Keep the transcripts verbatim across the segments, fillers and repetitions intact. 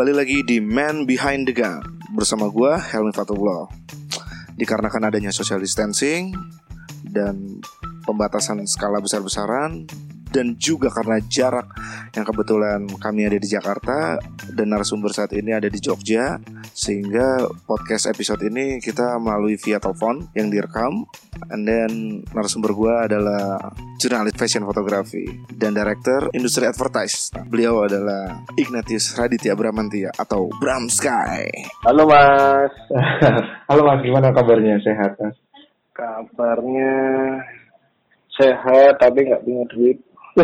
Kembali lagi di Man Behind the Gun bersama gue, Helmi Fatullah. Dikarenakan adanya social distancing dan pembatasan skala besar-besaran, dan juga karena jarak yang kebetulan kami ada di Jakarta dan narasumber saat ini ada di Jogja, sehingga podcast episode ini kita melalui via telepon yang direkam. And then narasumber gue adalah jurnalis fashion fotografi dan director industri advertise. Beliau adalah Ignatius Raditya Bramantia atau Bram Sky. Halo Mas. Halo Mas, gimana kabarnya? Sehat Mas? Kabarnya sehat tapi nggak punya duit.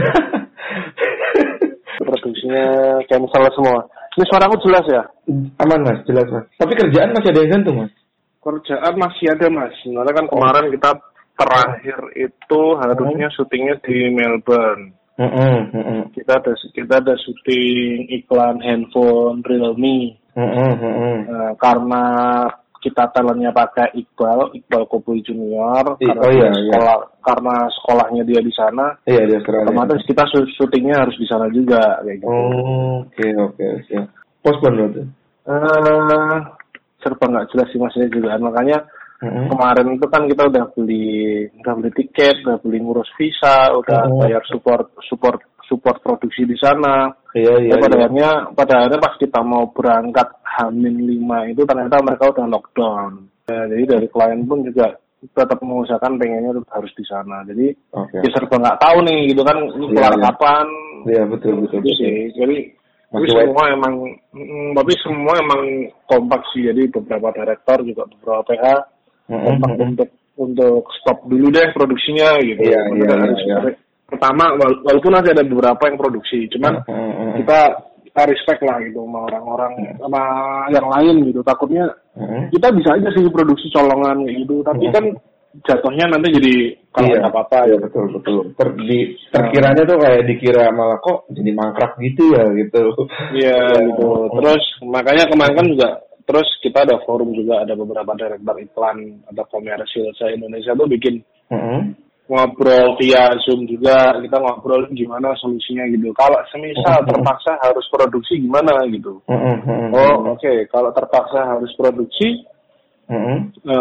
Produksinya cancel semua. Ini suaraku jelas ya? Aman Mas, jelas Mas. Tapi kerjaan masih ada yang gantung Mas? Kerjaan masih ada Mas. Sebenarnya kan kemarin kita terakhir itu harusnya hmm. syutingnya di Melbourne. Hmm, hmm. Kita ada kita ada syuting iklan handphone Realme. Hmm, hmm. Nah, karena kita talentnya pakai Iqbal, Iqbal Koboy Junior, I, karena oh, iya, sekolah, iya. karena sekolahnya dia di sana. Iya, di Australia. Otomatis kita syutingnya harus di sana juga, kayak gitu. Oh, oke, oke, oke. Postpone berarti? Uh, serba nggak jelas sih maksudnya juga. Makanya mm-hmm. kemarin itu kan kita udah beli, udah beli tiket, udah beli ngurus visa, udah mm-hmm. bayar support, support, support produksi di sana. Iya, iya. Ya, pada iya. akhirnya, pada akhirnya pas kita mau berangkat H minus lima itu ternyata mereka udah lockdown. Ya, jadi dari klien pun juga tetap mengusahakan pengennya harus di sana. Jadi okay. ya serba nggak tahu nih gitu kan ini keluar yeah, kapan. Iya yeah, betul betul. Gitu sih. Jadi tapi semua emang, mm, tapi semua emang kompak sih. Jadi beberapa direktor juga beberapa P H mm-hmm. kompak untuk untuk stop dulu deh produksinya gitu. Iya iya iya. Pertama, walaupun masih ada beberapa yang produksi, cuman mm-hmm. kita kita respect lah gitu sama orang-orang mm-hmm. sama yang lain gitu. Takutnya mm-hmm. kita bisa aja sih produksi colongan gitu, tapi mm-hmm. kan jatuhnya nanti jadi kalau iya, nggak apa-apa. Iya betul betul. Ter, di, terkiranya tuh kayak dikira malah kok jadi mangkrak gitu ya gitu. Iya gitu. Terus makanya kemarin kan juga terus kita ada forum juga, ada beberapa direktur iklan, ada komersil saya Indonesia tuh bikin. Mm-hmm. ngobrol via Zoom juga, kita ngobrol gimana solusinya gitu. Kalau semisal mm-hmm. terpaksa harus produksi gimana gitu. Mm-hmm. Oh oke, okay. Kalau terpaksa harus produksi, mm-hmm.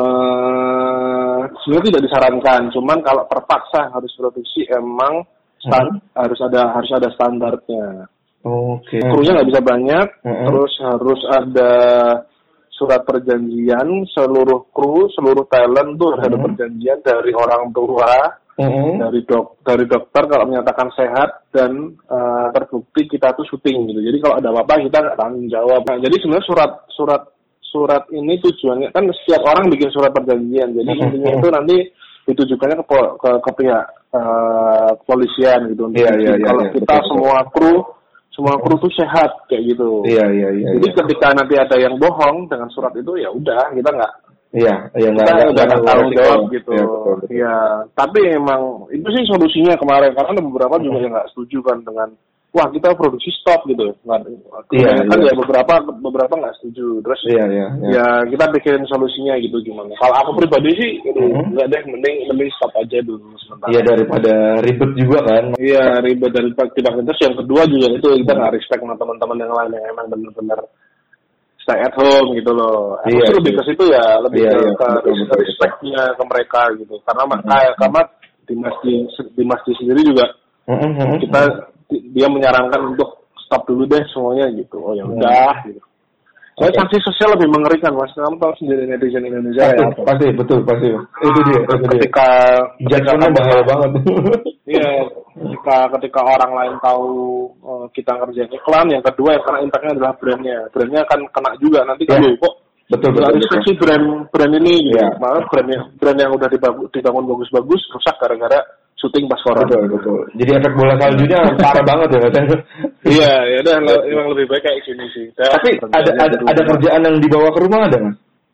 uh, sebenarnya tidak disarankan. Cuman kalau terpaksa harus produksi emang stand, mm-hmm. harus ada harus ada standarnya. Oke. Okay. Krunya nggak bisa banyak, mm-hmm. terus harus ada surat perjanjian, seluruh kru, seluruh talent tuh harus mm-hmm. ada perjanjian dari orang tua, mm-hmm. dari dok, dari dokter kalau menyatakan sehat dan uh, terbukti kita tuh syuting gitu. Jadi kalau ada apa-apa kita nggak tanggung jawab. Nah, jadi sebenarnya surat surat surat ini tujuannya kan setiap orang bikin surat perjanjian. Jadi mm-hmm. intinya itu nanti ditujukannya ke ke, ke pihak uh, kepolisian gitu. Yeah, yeah, yeah, kalau yeah, kita betul, semua kru semua kru tuh sehat kayak gitu. Iya iya iya. Jadi iya. ketika nanti ada yang bohong dengan surat itu ya udah kita nggak. Iya, ya kita nggak ada tanggung jawab gitu. Iya, betul, betul. Ya, tapi emang itu sih solusinya kemarin karena ada beberapa juga yang nggak setuju kan dengan wah kita produksi stop gitu. Nggak, iya, kan iya. ya beberapa beberapa nggak setuju. Terus iya, iya, iya. ya kita pikirin solusinya gitu gimana. Kalau aku pribadi sih gitu, mm-hmm. nggak deh mending mending stop aja dulu sementara. Iya daripada ribet juga kan. Iya ribet dari tidak. Terus yang kedua juga itu kita nggak respect sama teman-teman yang lain yang emang benar-benar stay at home gitu loh. Aku iya, lebih iya. ke situ ya, lebih iya, ke, iya, ke betul, betul, respect-nya betul. Ke mereka gitu. Karena mm-hmm. kayak kamat di masjid di masjid sendiri juga mm-hmm. kita dia menyarankan untuk stop dulu deh semuanya gitu. Oh ya udah mm-hmm. gitu. Soalnya okay. sanksi sosial lebih mengerikan Mas. Kamu tahu sendiri netizen Indonesia pasti, ya. Pasti betul pasti. Itu dia. Itu ketika judgement bahaya banget. Iya, ketika ketika orang lain tahu uh, kita ngerjain iklan, yang kedua yang kena impactnya adalah brandnya. Brandnya akan kena juga nanti kan yeah. kok. Betul betul. Respect sih brand brand ini gitu. Yeah. Malah brand yang brand yang udah dibangun, dibangun bagus-bagus rusak gara-gara syuting pas corona. Betul betul. Jadi efek bola saljunya parah banget ya katanya. Iya, ya udah emang lebih baik kayak gini sih. Saya Tapi ada ada ada kerjaan yang dibawa ke rumah ada Mas?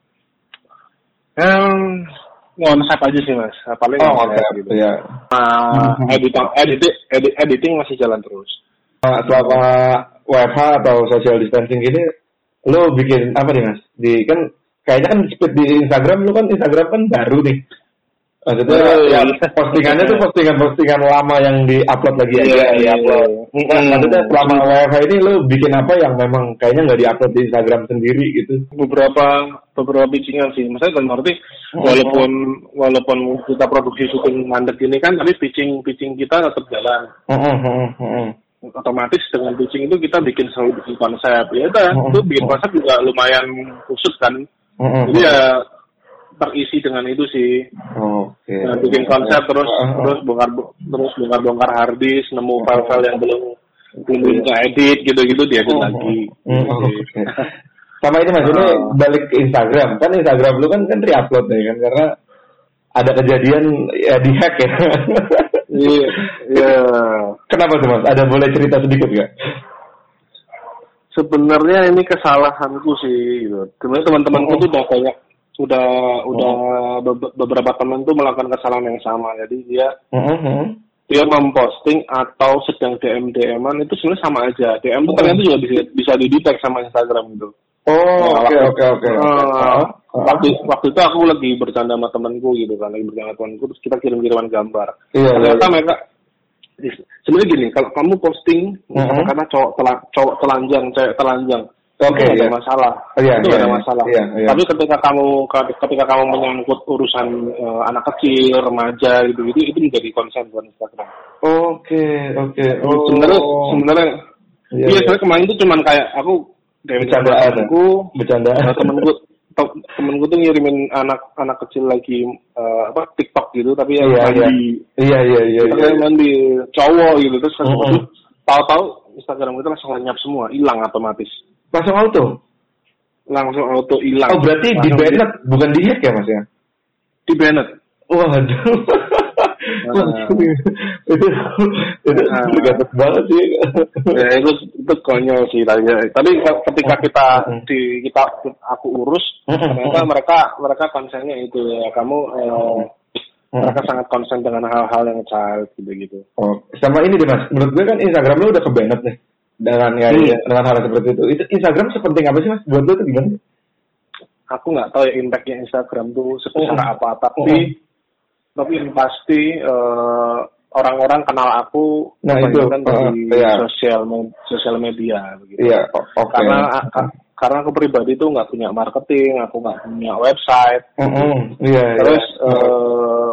Yang ngonsep aja sih Mas. Paling oh, ngonsep gitu ya. Uh, editing, editing, edit, editing masih jalan terus. Nah, selama W F H atau social distancing gini, lo bikin apa nih Mas? Di kan kayaknya kan speed di Instagram, lo kan Instagram kan baru nih. Maksudnya oh, ya, postingannya tuh postingan-postingan lama yang di-upload lagi aja. Iya, di-upload. Hmm. Maksudnya selama W F H ini lu bikin apa yang memang kayaknya nggak di-upload di Instagram sendiri gitu? Beberapa beberapa pitchingan sih. Maksudnya kan berarti oh. walaupun walaupun kita produksi syuting mandek ini kan, tapi pitching pitching kita tetap jalan. Oh, oh, oh, oh. Otomatis dengan pitching itu kita bikin selalu bikin konsep. Ya udah, oh, itu bikin konsep juga lumayan khusus kan. Oh, oh, Jadi ya terisi dengan itu sih. Oke. Okay. Nah, bikin konsep terus uh, terus bongkar terus bongkar bongkar hard disk, nemu uh, file-file yang belum belum bisa edit gitu-gitu diedit uh, lagi. Uh, uh, okay. Sama ini maksudnya uh, balik ke Instagram. Kan Instagram lu kan kan re-upload ya kan karena ada kejadian ya di hack ya. Iya. Iya. Kenapa tuh Mas? Ada boleh cerita sedikit enggak? Sebenarnya ini kesalahanku sih gitu. Sebenarnya teman-temanku uh, tuh udah banyak udah udah oh. be- beberapa teman tuh melakukan kesalahan yang sama. Jadi dia uh-huh. dia memposting atau sedang D M D M-an itu sebenarnya sama aja. D M itu uh-huh. ternyata juga bisa bisa didetect sama Instagram gitu. Oh, oke oke oke. Waktu waktu itu aku lagi bercanda sama temanku gitu kan, lagi bercanda sama temanku terus kita kirim-kiriman gambar. Iya, ternyata iya. mereka sebenarnya gini, kalau kamu posting uh-huh. karena cowok telan, cowok telanjang, cewek telanjang Oke, okay, iya. ada masalah. Oh, iya, itu iya, ada iya. masalah. Iya, iya. Tapi ketika kamu ketika kamu menyangkut urusan uh, anak kecil, remaja gitu-gitu, itu menjadi konsen buat Instagram. Oke, oke. Oh. Sebenarnya sebenarnya iya, iya, iya. Kemarin itu cuman kayak aku bercandaan temenku, bercandaan. Uh, temenku temenku tuh ngirimin anak anak kecil lagi uh, apa TikTok gitu, tapi yang iya, mandi. Iya, iya, iya. Kita iya, iya. mandi cowok gitu terus kan uh-huh. tahu-tahu Instagram kita langsung lenyap semua, hilang otomatis. Langsung auto? Langsung auto hilang. Oh berarti di banned, bukan di hack ya Mas ya? Di banned. Waduh. Nah. itu itu nah. gatot banget sih. Ya itu itu konyol sih tadi. Tapi ketika kita di kita aku urus, ternyata mereka mereka konsennya itu ya kamu eh, mereka sangat konsen dengan hal-hal yang child gitu-gitu. Oh, sama ini deh Mas. Menurut gue kan Instagram lu udah ke-banned nih. Dengan ya, hmm. dengan hal seperti itu. Itu Instagram sepenting apa sih Mas? Buat lu tuh gimana? Aku nggak tahu ya impact-nya Instagram tuh sebesar oh. apa, tapi oh. tapi yang pasti uh, orang-orang kenal aku nah, itu kan uh, dari iya. sosial sosial media begitu. Iya, okay. Karena uh, karena aku pribadi tuh nggak punya marketing, aku nggak punya website. Uh-uh. Iya, Terus iya. Uh,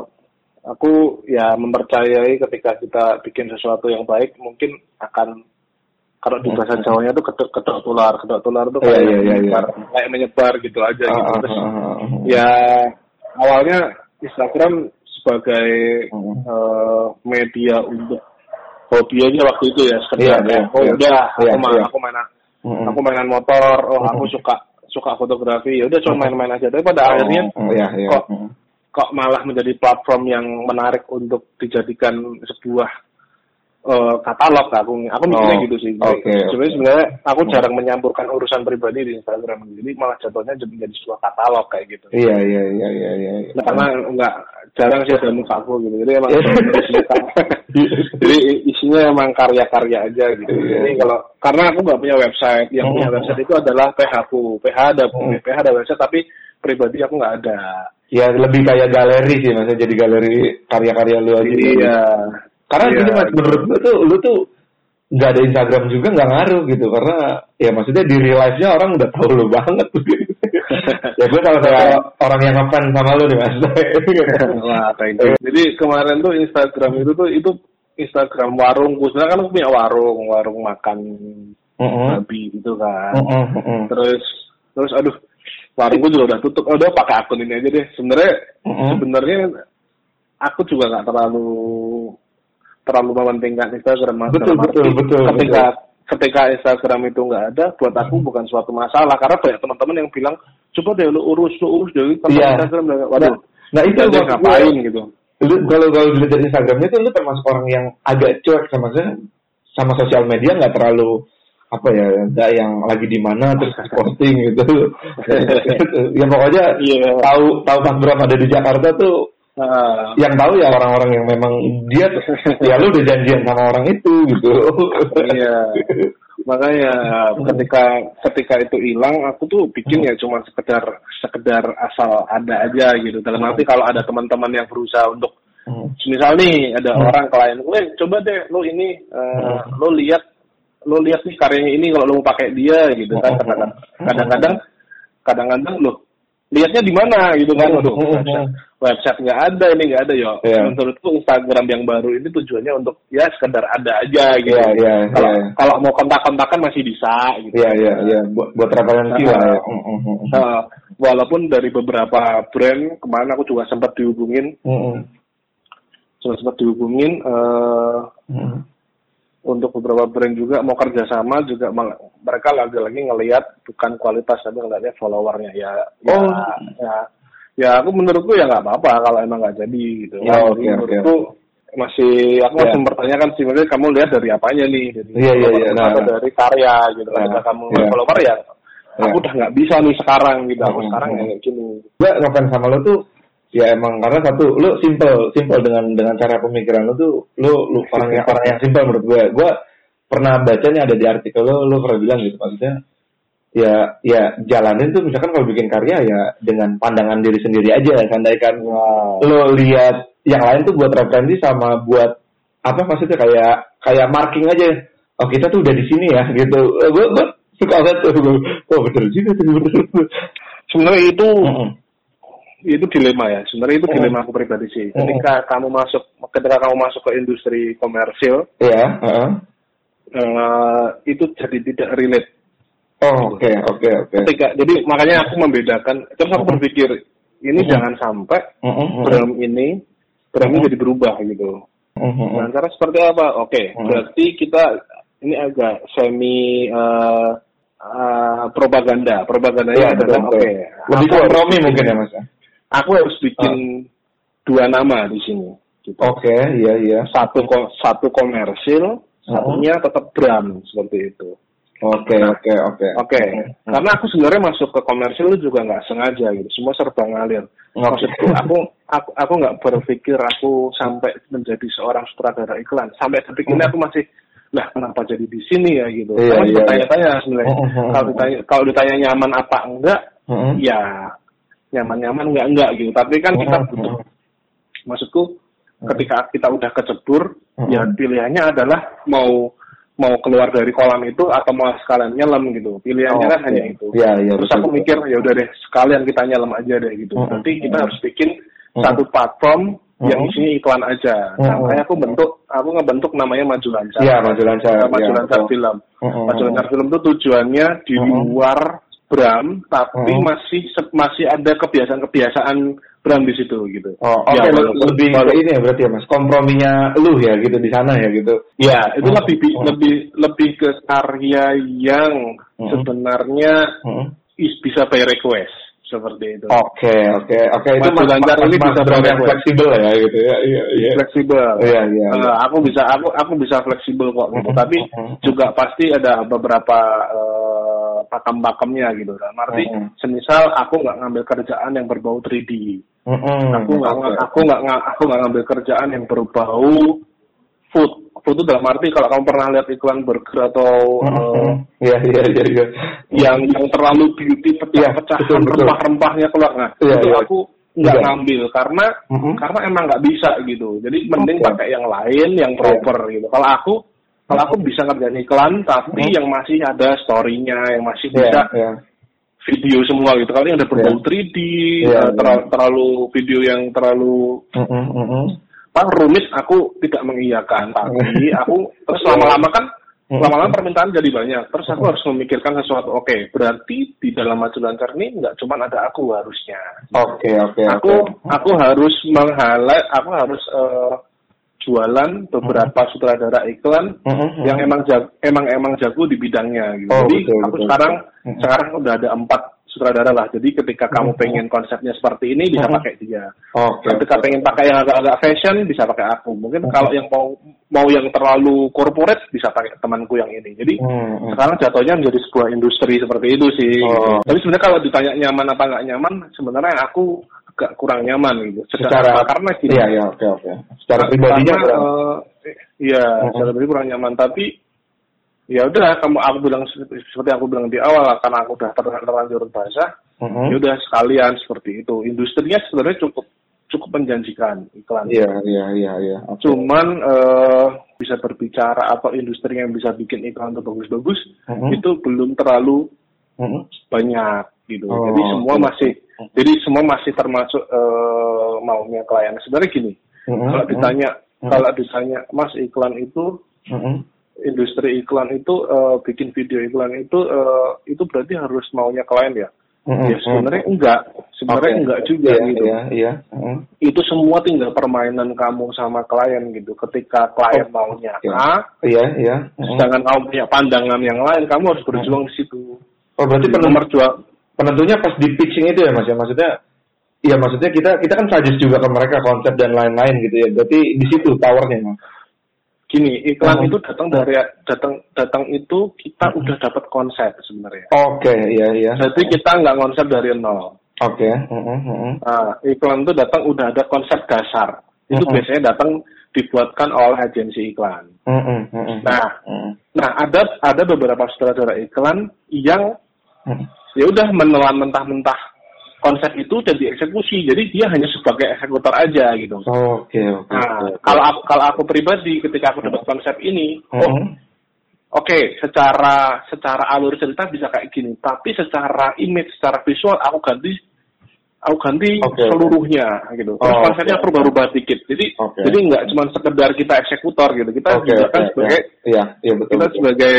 aku ya mempercayai ketika kita bikin sesuatu yang baik mungkin akan kalau di bahasa Jawanya tuh kedok kedok tular, kedok tular tuh kayak, yeah, yeah, menyebar, yeah. kayak menyebar gitu aja uh, gitu. Terus uh, uh, uh, uh. ya awalnya Instagram sebagai uh, uh, media untuk hobi aja waktu itu ya sekedar yeah, kayak yeah, oh yeah. udah yeah, aku main yeah. aku mainan uh, aku mainan motor, oh uh, aku suka suka fotografi, ya udah cuma main-main aja. Tapi pada uh, akhirnya uh, yeah, yeah. kok kok malah menjadi platform yang menarik untuk dijadikan sebuah Uh, katalog aku aku mikirnya oh, gitu sih. Okay, sebenarnya okay. sebenarnya aku jarang menyampurkan urusan pribadi di Instagram, jadi malah jatuhnya menjadi sebuah katalog kayak gitu. Iya iya iya iya. iya. Nah, karena enggak jarang sih ada muka aku gitu, jadi emang isinya, jadi isinya emang karya-karya aja gitu. Iya. Jadi kalau karena aku nggak punya website, yang punya website itu adalah P H ku. P H ada hmm. P H ada website, tapi pribadi aku nggak ada. Ya lebih kayak galeri sih, maksudnya jadi galeri karya-karya lu aja. Iya. Karena iya, gini Mas, menurut gue tuh, lu tuh nggak ada Instagram juga nggak ngaruh gitu, karena ya maksudnya di real life-nya orang udah tahu lu banget. Ya gue salah satu orang yang ngefans sama lu nih Mas. Wah, thank you. Jadi kemarin tuh Instagram itu tuh itu Instagram warung, sebenarnya kan aku punya warung, warung makan uh-uh. babi gitu kan. Uh-uh, uh-uh. Terus terus aduh, warungku juga udah tutup. Oh, udah pakai akun ini aja deh. Sebenarnya uh-uh. sebenarnya aku juga nggak terlalu terlalu mementingkan Instagram. Betul, betul, betul. Ketika betul. ketika Instagram itu nggak ada, buat aku hmm. bukan suatu masalah. Karena banyak teman-teman yang bilang, coba deh lu urus, lu urus deh tentang yeah. Instagram. Waduh, nah itu ngapain gitu. Lu kalau kalau dilihat dari Instagramnya itu lu termasuk orang yang agak cuek sama sama sosial media, nggak terlalu apa ya, nggak yang lagi di mana terus posting gitu. Ya pokoknya yeah. tahu tahu pas berapa ada di Jakarta tuh. Uh, yang tahu ya orang-orang yang memang dia ya lu udah janjian sama orang itu gitu. Iya. Makanya ketika ketika itu hilang, aku tuh bikin ya cuma sekedar sekedar asal ada aja gitu. Dalam arti kalau ada teman-teman yang berusaha untuk, misal nih ada orang klien, "Weh, coba deh lo ini, uh, lo lihat lo lihat nih karyanya ini kalau lo mau pakai dia," gitu kan. Kadang-kadang kadang-kadang kadang-kadang lo lihatnya di mana gitu kan. Waduh, website, website nggak ada, ini nggak ada ya. Yeah. Menurutku Instagram yang baru ini tujuannya untuk ya sekedar ada aja gitu. Yeah, yeah, kalau yeah. kalau mau kontak-kontakan masih bisa gitu. Iya iya iya, buat buat referensi lah ya. Uh, walaupun dari beberapa brand kemarin aku juga sempat dihubungin, mm-hmm. sempat dihubungin uh, mm-hmm. untuk beberapa brand juga mau kerjasama juga, mereka lagi-lagi ngelihat bukan kualitas tapi ngelihatnya followernya ya. Ya, oh. ya, ya aku menurutku ya nggak apa-apa kalau emang nggak jadi gitu. Oh, okay, menurutku okay. masih aku yeah. masih mempertanyakan sih, sebenarnya kamu lihat dari apanya nih, dari yeah, yeah, yeah, nah, atau dari karya gitu. Nah, ketika kamu yeah. follower ya, aku yeah. udah nggak bisa nih sekarang gitu. Aku mm-hmm. sekarang ya kayak gini. Gue ngefans sama lo tuh. Ya emang karena satu, lu simple, simple dengan dengan cara pemikiran lu tuh, lu, lu orang yang orang yang simple menurut gue. Gue pernah bacanya ada di artikel lu, lu pernah bilang gitu, maksudnya ya ya jalanin tuh misalkan kalau bikin karya ya dengan pandangan diri sendiri aja, sandaikan wow. lu lihat yang lain tuh buat referensi sama buat apa maksudnya kayak kayak marking aja. Oh kita tuh udah di sini ya gitu. Gue gue suka banget tuh. Oh bener juga tuh bener. Sebenarnya itu. Mm-hmm. Itu dilema ya, sebenarnya itu dilema aku pribadi sih. Ketika uh. kamu masuk, ketika kamu masuk ke industri komersil, yeah, uh-huh. uh, itu jadi tidak relate. Oh oke oke oke. Ketika, jadi makanya aku membedakan. Terus aku uh-huh. berpikir ini uh-huh. jangan sampai uh-huh. brand ini, brand ini uh-huh. jadi berubah gitu. Uh-huh. Nah, cara seperti apa? Oke, okay, uh-huh. berarti kita ini agak semi. Uh, uh, propaganda, propagandanya ya, adalah oke. Okay, lebih kompromi mungkin ya mas. Aku harus bikin uh. dua nama di sini. Gitu. Oke, okay, iya iya. Satu satu komersil, uh-huh. satunya tetap brand seperti itu. Oke oke oke. Oke. Karena aku sebenarnya masuk ke komersil itu juga nggak sengaja gitu. Semua serba ngalir. Okay. Maksudku aku aku aku nggak berpikir aku sampai menjadi seorang sutradara iklan. Sampai detik ini aku masih lah kenapa jadi di sini ya gitu. Iya, Karena iya, bertanya-tanya sebenarnya. Uh-huh. Kalau ditanya kalau ditanya nyaman apa enggak, uh-huh. ya nyaman-nyaman enggak enggak gitu. Tapi kan kita butuh. Maksudku ketika kita udah kecebur, uh-huh. ya pilihannya adalah mau mau keluar dari kolam itu atau mau sekalian nyelam gitu. Pilihannya oh, kan okay. hanya itu. Ya, ya, Terus betul, aku mikir ya udah deh sekalian kita nyelam aja deh gitu. Uh-huh. Nanti kita uh-huh. harus bikin uh-huh. satu platform yang isinya iklan aja. Nah, uh-huh. makanya aku bentuk, aku ngebentuk namanya Maju Lancar. Iya, Maju Lancar. Maju ya, Lancar betul. Film. Uh-huh. Maju Lancar Film itu tujuannya di luar brand, tapi uh-huh. masih masih ada kebiasaan-kebiasaan brand di situ gitu. Oh, oke. Okay. Ya, lebih ke ini ya berarti ya Mas. Komprominya lu ya gitu di sana ya gitu. Ya, itu uh-huh. lebih uh-huh. lebih lebih ke karya yang uh-huh. sebenarnya uh-huh. bisa by request. Seperti itu. Oke, oke, oke. Itu Maju Lancar ini bisa yang fleksibel ya, gitu ya. Iya, iya. Fleksibel. Iya, iya. Uh, aku bisa, aku, aku bisa fleksibel kok. Gitu. Tapi juga pasti ada beberapa uh, pakem-pakemnya gitu. Nah, arti, uh-huh. semisal aku nggak ngambil kerjaan yang berbau tiga D. Uh-huh. Aku nggak, okay. aku nggak, aku nggak ngambil kerjaan yang berbau food. Food itu dalam arti kalau kamu pernah lihat iklan burger atau iya iya iya iya yang yang terlalu beauty pecah-pecahan ya, rempah-rempahnya keluar, nah ya, itu ya. Aku nggak ya. ngambil karena uh-huh. karena emang nggak bisa gitu. Jadi mending okay. pakai yang lain yang proper ya. gitu. Kalau aku kalau aku bisa ngerjain iklan tapi uh-huh. yang masih ada story-nya, yang masih bisa ya, ya. video semua gitu. Kalau yang ada berbau ya. tiga D, ya, ter- ya. terlalu video yang terlalu uh-huh. Uh-huh. Pak rumit aku tidak mengiyakan, tapi aku terus lama-lama kan lama-lama permintaan jadi banyak. Terus aku harus memikirkan sesuatu. Oke, okay, berarti di dalam Maju Lancar ini nggak cuma ada aku harusnya. Oke okay, oke. Okay, aku okay. aku harus meng-highlight, aku harus uh, jualan beberapa uh-huh. sutradara iklan uh-huh. yang emang jago, emang emang jago di bidangnya. Gitu. Oh, jadi betul, aku betul, sekarang betul. sekarang udah ada empat sutradara lah. Jadi ketika kamu pengen konsepnya seperti ini bisa pakai dia. Okay, ketika okay. pengen pakai yang agak-agak fashion bisa pakai aku. Mungkin okay. kalau yang mau mau yang terlalu corporate bisa pakai temanku yang ini. Jadi hmm. sekarang jatuhnya menjadi sebuah industri seperti itu sih. Oh. Tapi sebenarnya kalau ditanya nyaman apa nggak nyaman, sebenarnya aku agak kurang nyaman gitu. Secara, secara karena gini. Iya iya oke okay, oke. Okay. Secara pribadinya kurang. Uh, iya, hmm. secara pribadi kurang nyaman. Tapi ya udah kamu aku bilang seperti aku bilang di awal karena aku udah ter- terlanjur basah, uh-huh. ya udah sekalian seperti itu. Industrinya sebenarnya cukup cukup menjanjikan iklan. Iya iya iya iya. Okay. Cuman uh, bisa berbicara apa industri yang bisa bikin iklan itu bagus-bagus uh-huh. itu belum terlalu uh-huh. banyak gitu. Oh, jadi semua okay. masih jadi semua masih termasuk uh, maunya klien. Sebenarnya gini, uh-huh. kalau ditanya uh-huh. kalau ditanya Mas iklan itu uh-huh. industri iklan itu uh, bikin video iklan itu uh, itu berarti harus maunya klien ya? Mm-hmm. Ya sebenarnya enggak, sebenarnya okay. enggak juga yeah, gitu. Yeah, yeah. Mm-hmm. Itu semua tinggal permainan kamu sama klien gitu. Ketika klien oh, maunya okay. A, yeah, yeah. Mm-hmm. sedangkan kamu punya pandangan yang lain, kamu harus berjuang mm-hmm. di situ. Oh berarti penentu, penentunya pas di pitching itu ya Mas ya, maksudnya, ya maksudnya kita kita kan suggest juga ke mereka konsep dan lain-lain gitu ya. Berarti di situ powernya Mas. Gini, iklan oh. itu datang dari datang datang itu kita hmm. udah dapat konsep sebenarnya. Oke, okay, iya iya. Jadi kita nggak konsep dari nol. Oke. Okay. Uh-huh, uh-huh. Nah, iklan itu datang udah ada konsep dasar. Itu uh-huh. biasanya datang dibuatkan oleh agensi iklan. Uh-huh, uh-huh. Nah, uh-huh. nah ada ada beberapa sutradara iklan yang uh-huh. ya udah menelan mentah-mentah konsep itu dan dieksekusi, jadi dia hanya sebagai eksekutor aja gitu. Oke. Okay, okay, nah, okay. kalau aku, kalau aku pribadi ketika aku dapat konsep ini, uh-huh. oh, oke, okay, secara secara alur cerita bisa kayak gini, tapi secara image, secara visual aku ganti, aku ganti okay, seluruhnya okay. gitu. Terus oh, konsepnya okay. berubah-ubah dikit, jadi okay. jadi nggak cuma sekedar kita eksekutor gitu, kita okay, juga kan okay, sebagai, yeah. Yeah, betul, kita betul. sebagai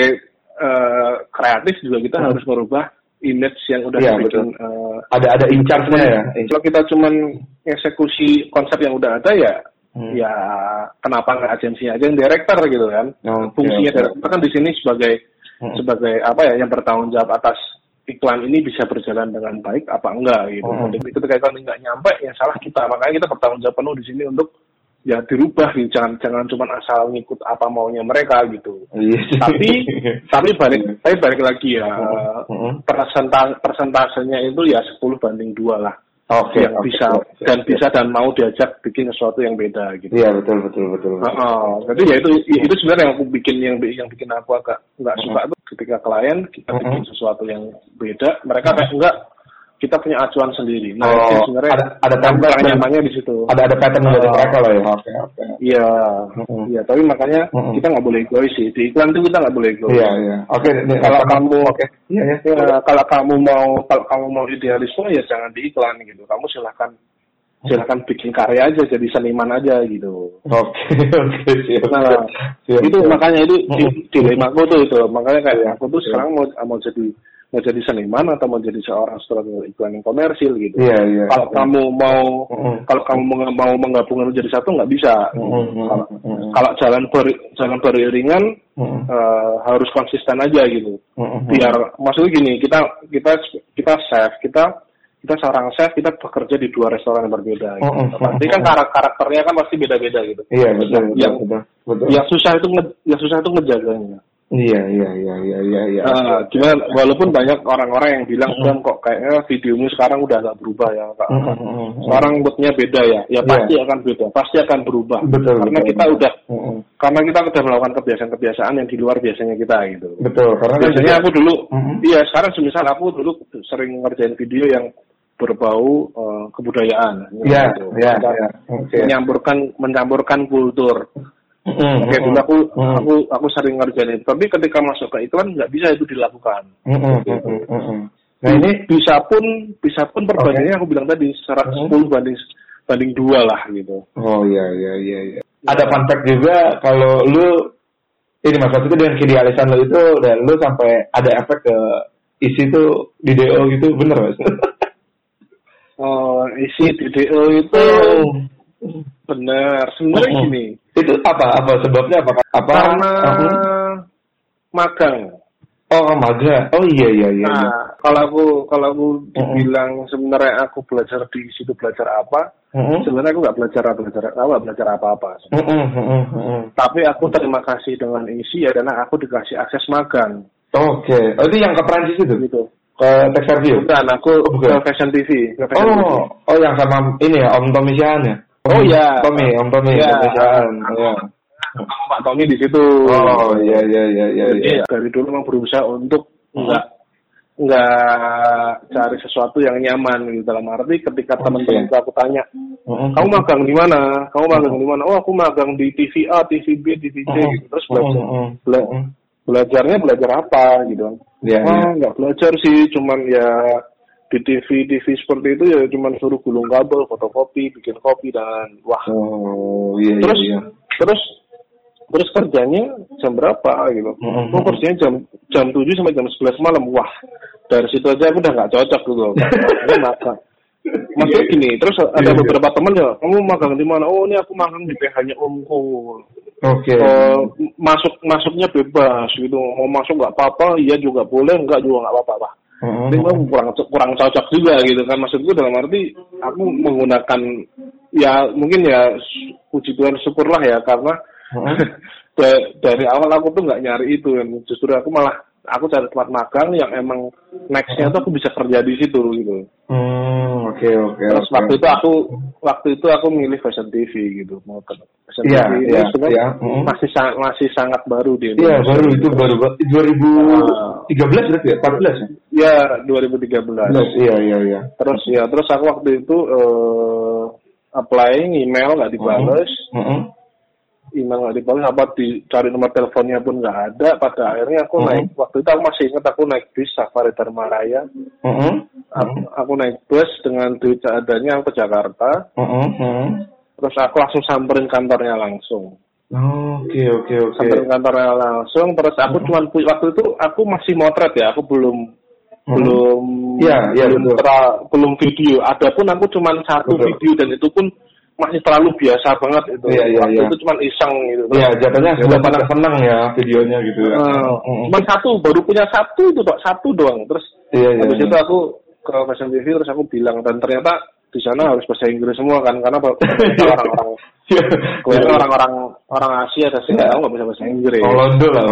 uh, kreatif juga kita uh-huh. harus merubah image yang udah ya, bikin uh, ada ada in charge-nya ya. Kalau kita cuman eksekusi konsep yang udah ada ya, hmm. ya kenapa nggak agensinya aja yang director gitu kan? Okay, fungsinya okay. director kan di sini sebagai hmm. sebagai apa ya yang bertanggung jawab atas iklan ini bisa berjalan dengan baik apa enggak gitu. Hmm. Jadi ketika iklan nggak nyampe ya salah kita, makanya kita bertanggung jawab penuh di sini untuk ya dirubah gitu, jangan jangan cuma asal ngikut apa maunya mereka gitu. Yes. Tapi tapi balik tapi balik lagi ya uh-huh. persentase persentasenya itu ya sepuluh banding dua lah. Oke. Okay, yang okay, bisa okay, dan okay. bisa dan mau diajak bikin sesuatu yang beda gitu. Iya betul betul betul. betul. Uh-uh. Jadi ya itu itu sebenarnya yang aku bikin yang yang bikin aku agak nggak uh-huh. suka tuh ketika klien kita uh-huh. bikin sesuatu yang beda, mereka kayak uh-huh. enggak kita punya acuan sendiri. Nah, oh, sebenarnya ada ada template nyamannya di situ. Ada ada pattern dari uh, mereka lah ya. Oke, okay, oke. Okay. Iya. Uh-huh. Iya, tapi makanya uh-huh. kita nggak boleh egois sih. Di iklan itu kita nggak boleh egois. Iya, iya. Oke, okay, kalau kamu oke. Okay. Iya, iya. Ya, kalau kamu mau kalau kamu mau idealisme ya jangan di iklan gitu. Kamu silakan silakan bikin karya aja, jadi seniman aja gitu. Oke, okay, oke. Okay, siap. Nah, siap, itu siap. Makanya itu uh-huh. dilema aku tuh itu. Makanya kayak yeah. aku tuh sekarang mau mau jadi mau jadi seniman atau mau jadi seorang sutradara iklan yang komersil gitu. Iya, iya. Kalau yeah. kamu mau uh-huh. kalau kamu mau menggabungkan menjadi satu nggak bisa. Uh-huh. Kalau uh-huh. kalau jalan ber, jalan beriringan uh-huh. uh, harus konsisten aja gitu. Uh-huh. Biar maksudnya gini, kita kita kita chef, kita kita seorang chef, kita bekerja di dua restoran yang berbeda. Gitu. Uh-huh. Pasti kan karak- karakternya kan pasti beda-beda gitu. Iya, betul. Yang betul, betul. yang susah itu nge, yang susah itu ngejaganya. Iya iya iya iya iya. iya. Uh, gimana? Walaupun banyak orang-orang yang bilang mm-hmm. kok kayaknya videomu sekarang udah agak berubah ya, Kak. Mm-hmm. Sekarang moodnya beda ya. Ya pasti yeah. akan beda, pasti akan berubah. Betul. Karena betul, kita betul. udah, mm-hmm. karena kita udah melakukan kebiasaan-kebiasaan yang di luar biasanya kita gitu. Betul. Karena biasanya aku dulu, mm-hmm. iya sekarang semisal aku dulu sering ngerjain video yang berbau uh, kebudayaan. Iya gitu. iya. iya. Menyampurkan mencampurkan kultur. Mm-hmm. Oke, dulu aku mm-hmm. aku aku sering ngerjain itu, tapi ketika masuk ke iklan nggak bisa itu dilakukan. Mm-hmm. Gitu. Mm-hmm. Nah ini bisa pun bisa pun perbandingannya okay. aku bilang tadi seratus sepuluh mm-hmm. banding banding dua lah gitu. Oh iya iya iya. iya. Ada fun fact juga kalau lu ini maksud itu dengan idealisan lu itu dan lu sampai ada efek ke isi tuh di D O gitu, bener Mas? Oh isi di D O itu. Oh. Benar, sebenarnya uh-huh. gini. Itu apa? Apa sebabnya? Apa? Apa? Karena uh-huh. magang. Oh, magang. Oh iya iya iya. Nah, iya. kalau aku kalau aku uh-huh. dibilang sebenarnya aku belajar di situ belajar apa? Uh-huh. Sebenarnya aku nggak belajar belajar aku nggak belajar apa-apa. Uh-huh. Uh-huh. Uh-huh. Tapi aku terima kasih dengan isi ya, karena aku dikasih akses magang. Oke. Okay. Oh itu yang ke Prancis itu? Gitu. Ke Tech Review? Bukan, aku oh, ke Fashion T V. Ke Fashion oh, T V. Oh yang sama ini ya Om Tommy Sian ya? Oh iya, Tommy, Om Tommy, ya. Tommy Sian. Ya. ketemu Pak Tommy di situ. Oh iya iya iya iya. Jadi iya. dari dulu memang berusaha untuk enggak enggak cari sesuatu yang nyaman gitu. Dalam arti ketika Okay. teman-teman aku tanya, Mm-hmm. kamu magang di mana? Kamu magang di mana? Oh, aku magang di T V A, T V B, T V C Mm-hmm. gitu. Terus belajar Mm-hmm. bela- belajarnya belajar apa gitu. Iya, Wah, iya. enggak belajar sih, cuman ya di T V T V seperti itu ya cuman suruh gulung kabel, fotokopi, bikin kopi dan wah. Oh iya Terus iya. iya. terus terus kerjanya jam berapa gitu? Mm-hmm. Oh, kerjanya jam jam tujuh sampai jam sebelas malam. Wah, dari situ aja aku udah nggak cocok gitu. Ini magang. Maksudnya gini, terus ada Iya, iya. beberapa teman ya, kamu magang di mana? Oh, ini aku magang di P H-nya Omku. Oke. Oh, masuk masuknya bebas gitu. Mau masuk nggak apa-apa, iya juga boleh, nggak juga nggak apa-apa. Wah, Mm-hmm. ini memang kurang kurang cocok juga gitu kan. Maksudku dalam arti aku menggunakan ya mungkin ya puji Tuhan syukurlah ya karena Mm-hmm. da- dari awal aku tuh nggak nyari itu kan, justru aku malah aku cari tempat magang yang emang nextnya tuh aku bisa kerja di situ gitu. Hmm, oke oke. Terus oke. waktu itu aku waktu itu aku milih Fashion T V gitu, mau ke Fashion Iya, T V iya, itu sebenarnya iya. Mm. masih sa- masih sangat baru di Iya Indonesia. baru itu baru banget dua ribu tiga belas berarti ya empat belas ya. Ya dua ribu tiga belas. Iya iya iya. Terus ya terus aku waktu itu uh, applying email nggak dibalas. Mm-hmm. Email nggak dibalas, apa dicari nomor teleponnya pun nggak ada. Pada akhirnya aku Mm-hmm. naik, waktu itu aku masih ingat aku naik bis Safari Dharma Raya. Mm-hmm. Aku, aku naik bus dengan duit seadanya aku ke Jakarta. Mm-hmm. Terus aku langsung samperin kantornya langsung. Oke oke oke. Samperin kantornya langsung. Terus aku Mm-hmm. cuman pu- waktu itu aku masih motret ya, aku belum Mm-hmm. belum Iya, iya, belum, betul. tra- belum video. Adapun aku cuman satu Betul. video dan itu pun masih terlalu biasa banget itu. Iya, iya, waktu iya. itu cuman iseng gitu. Iya jatuhnya Ya, sudah udah, senang ya videonya gitu ya. Uh, Mm-hmm. Cuman satu, baru punya satu itu Pak, satu doang. Terus Iya iya. habis iya. itu aku ke Fashion T V terus aku bilang dan ternyata di sana harus bahasa Inggris semua kan karena ternyata orang-orang Iya. kebanyakan orang-orang orang Asia dan sih nggak tahu nggak bisa bahasa Inggris. Oh Londo lah.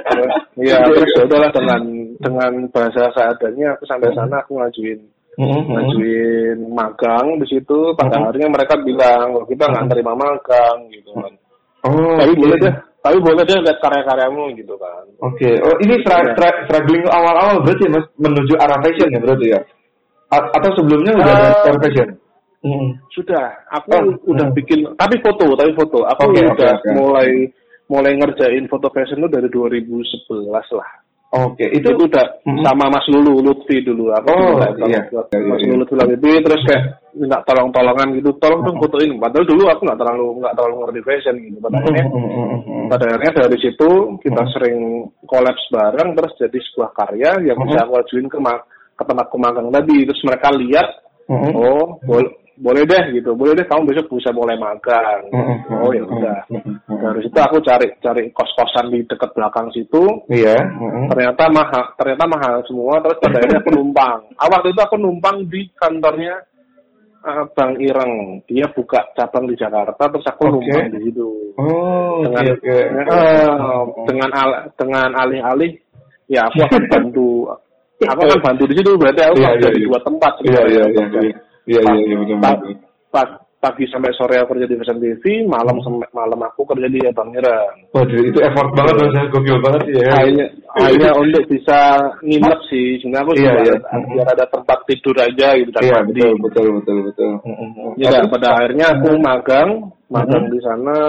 Iya terus ya udahlah dengan dengan bahasa seadanya aku sampai sana aku ngajuin Mm-hmm. ngajuin magang di situ. Pada Mm-hmm. akhirnya mereka bilang oh, kita nggak terima magang gitu kan. Oh. Tapi oke. boleh deh, tapi boleh deh lihat karya-karyamu gitu kan. Oke. Oh ini stra- stra- struggling awal-awal berarti mas menuju arah fashion ya berarti ya? A- atau sebelumnya udah ada Uh, arah fashion? Mm-hmm. Sudah, aku Oh, udah hmm. bikin, tapi foto, tapi foto. Aku Oke, udah oke, oke. mulai mulai ngerjain foto fashion itu dari dua ribu sebelas lah. Oke, Itu, itu udah Mhm. sama Mas Lulu Lutfi dulu. Aku Oh, minta tolong iya. buat Iya, iya, Mas iya. Lulu Lutfi terus kayak minta tolong-tolongan gitu, tolong dong fotoin. Padahal dulu aku nggak terlalu nggak terlalu ngerti fashion gitu. Pada akhirnya, Mhm. pada akhirnya dari situ kita Mhm. sering kolaps bareng, terus jadi sebuah karya yang bisa Mhm. aku ajuin ke ma- ke tempatku magang tadi. Terus mereka lihat, Mhm. oh boleh boleh deh gitu, boleh deh kamu besok bisa mulai magang. Mhm. Oh ya udah. Mhm. Dari situ aku cari cari kos-kosan di dekat belakang situ. Iya. Mhm. Ternyata mahal, ternyata mahal semua. Terus pada akhirnya aku numpang. Ah, waktu itu aku numpang di kantornya uh, Bang Ireng. Dia buka cabang di Jakarta. Terus aku Oke. numpang di situ. Oh, Dengan oke oke. eh, dengan al- dengan alih-alih, ya aku akan bantu. Aku akan bantu di situ. Berarti aku Iya, kerja iya, di iya. dua tempat. Iya iya iya. sebenarnya. iya. Iya iya iya betul Pa- betul. pa- pagi sampai sore aku kerja di Fashion T V, malam sampai malam aku kerja di Bang Ireng. Waduh itu effort banget loh, saya gokil banget sih ya. Akhirnya, akhirnya untuk bisa nginep sih, sebenarnya aku Iya, juga iya. ada, biar ada tempat tidur aja gitu. dan Iya mandi. betul betul betul betul. Mhm. Ya, pada akhirnya aku magang, magang Mhm. di sana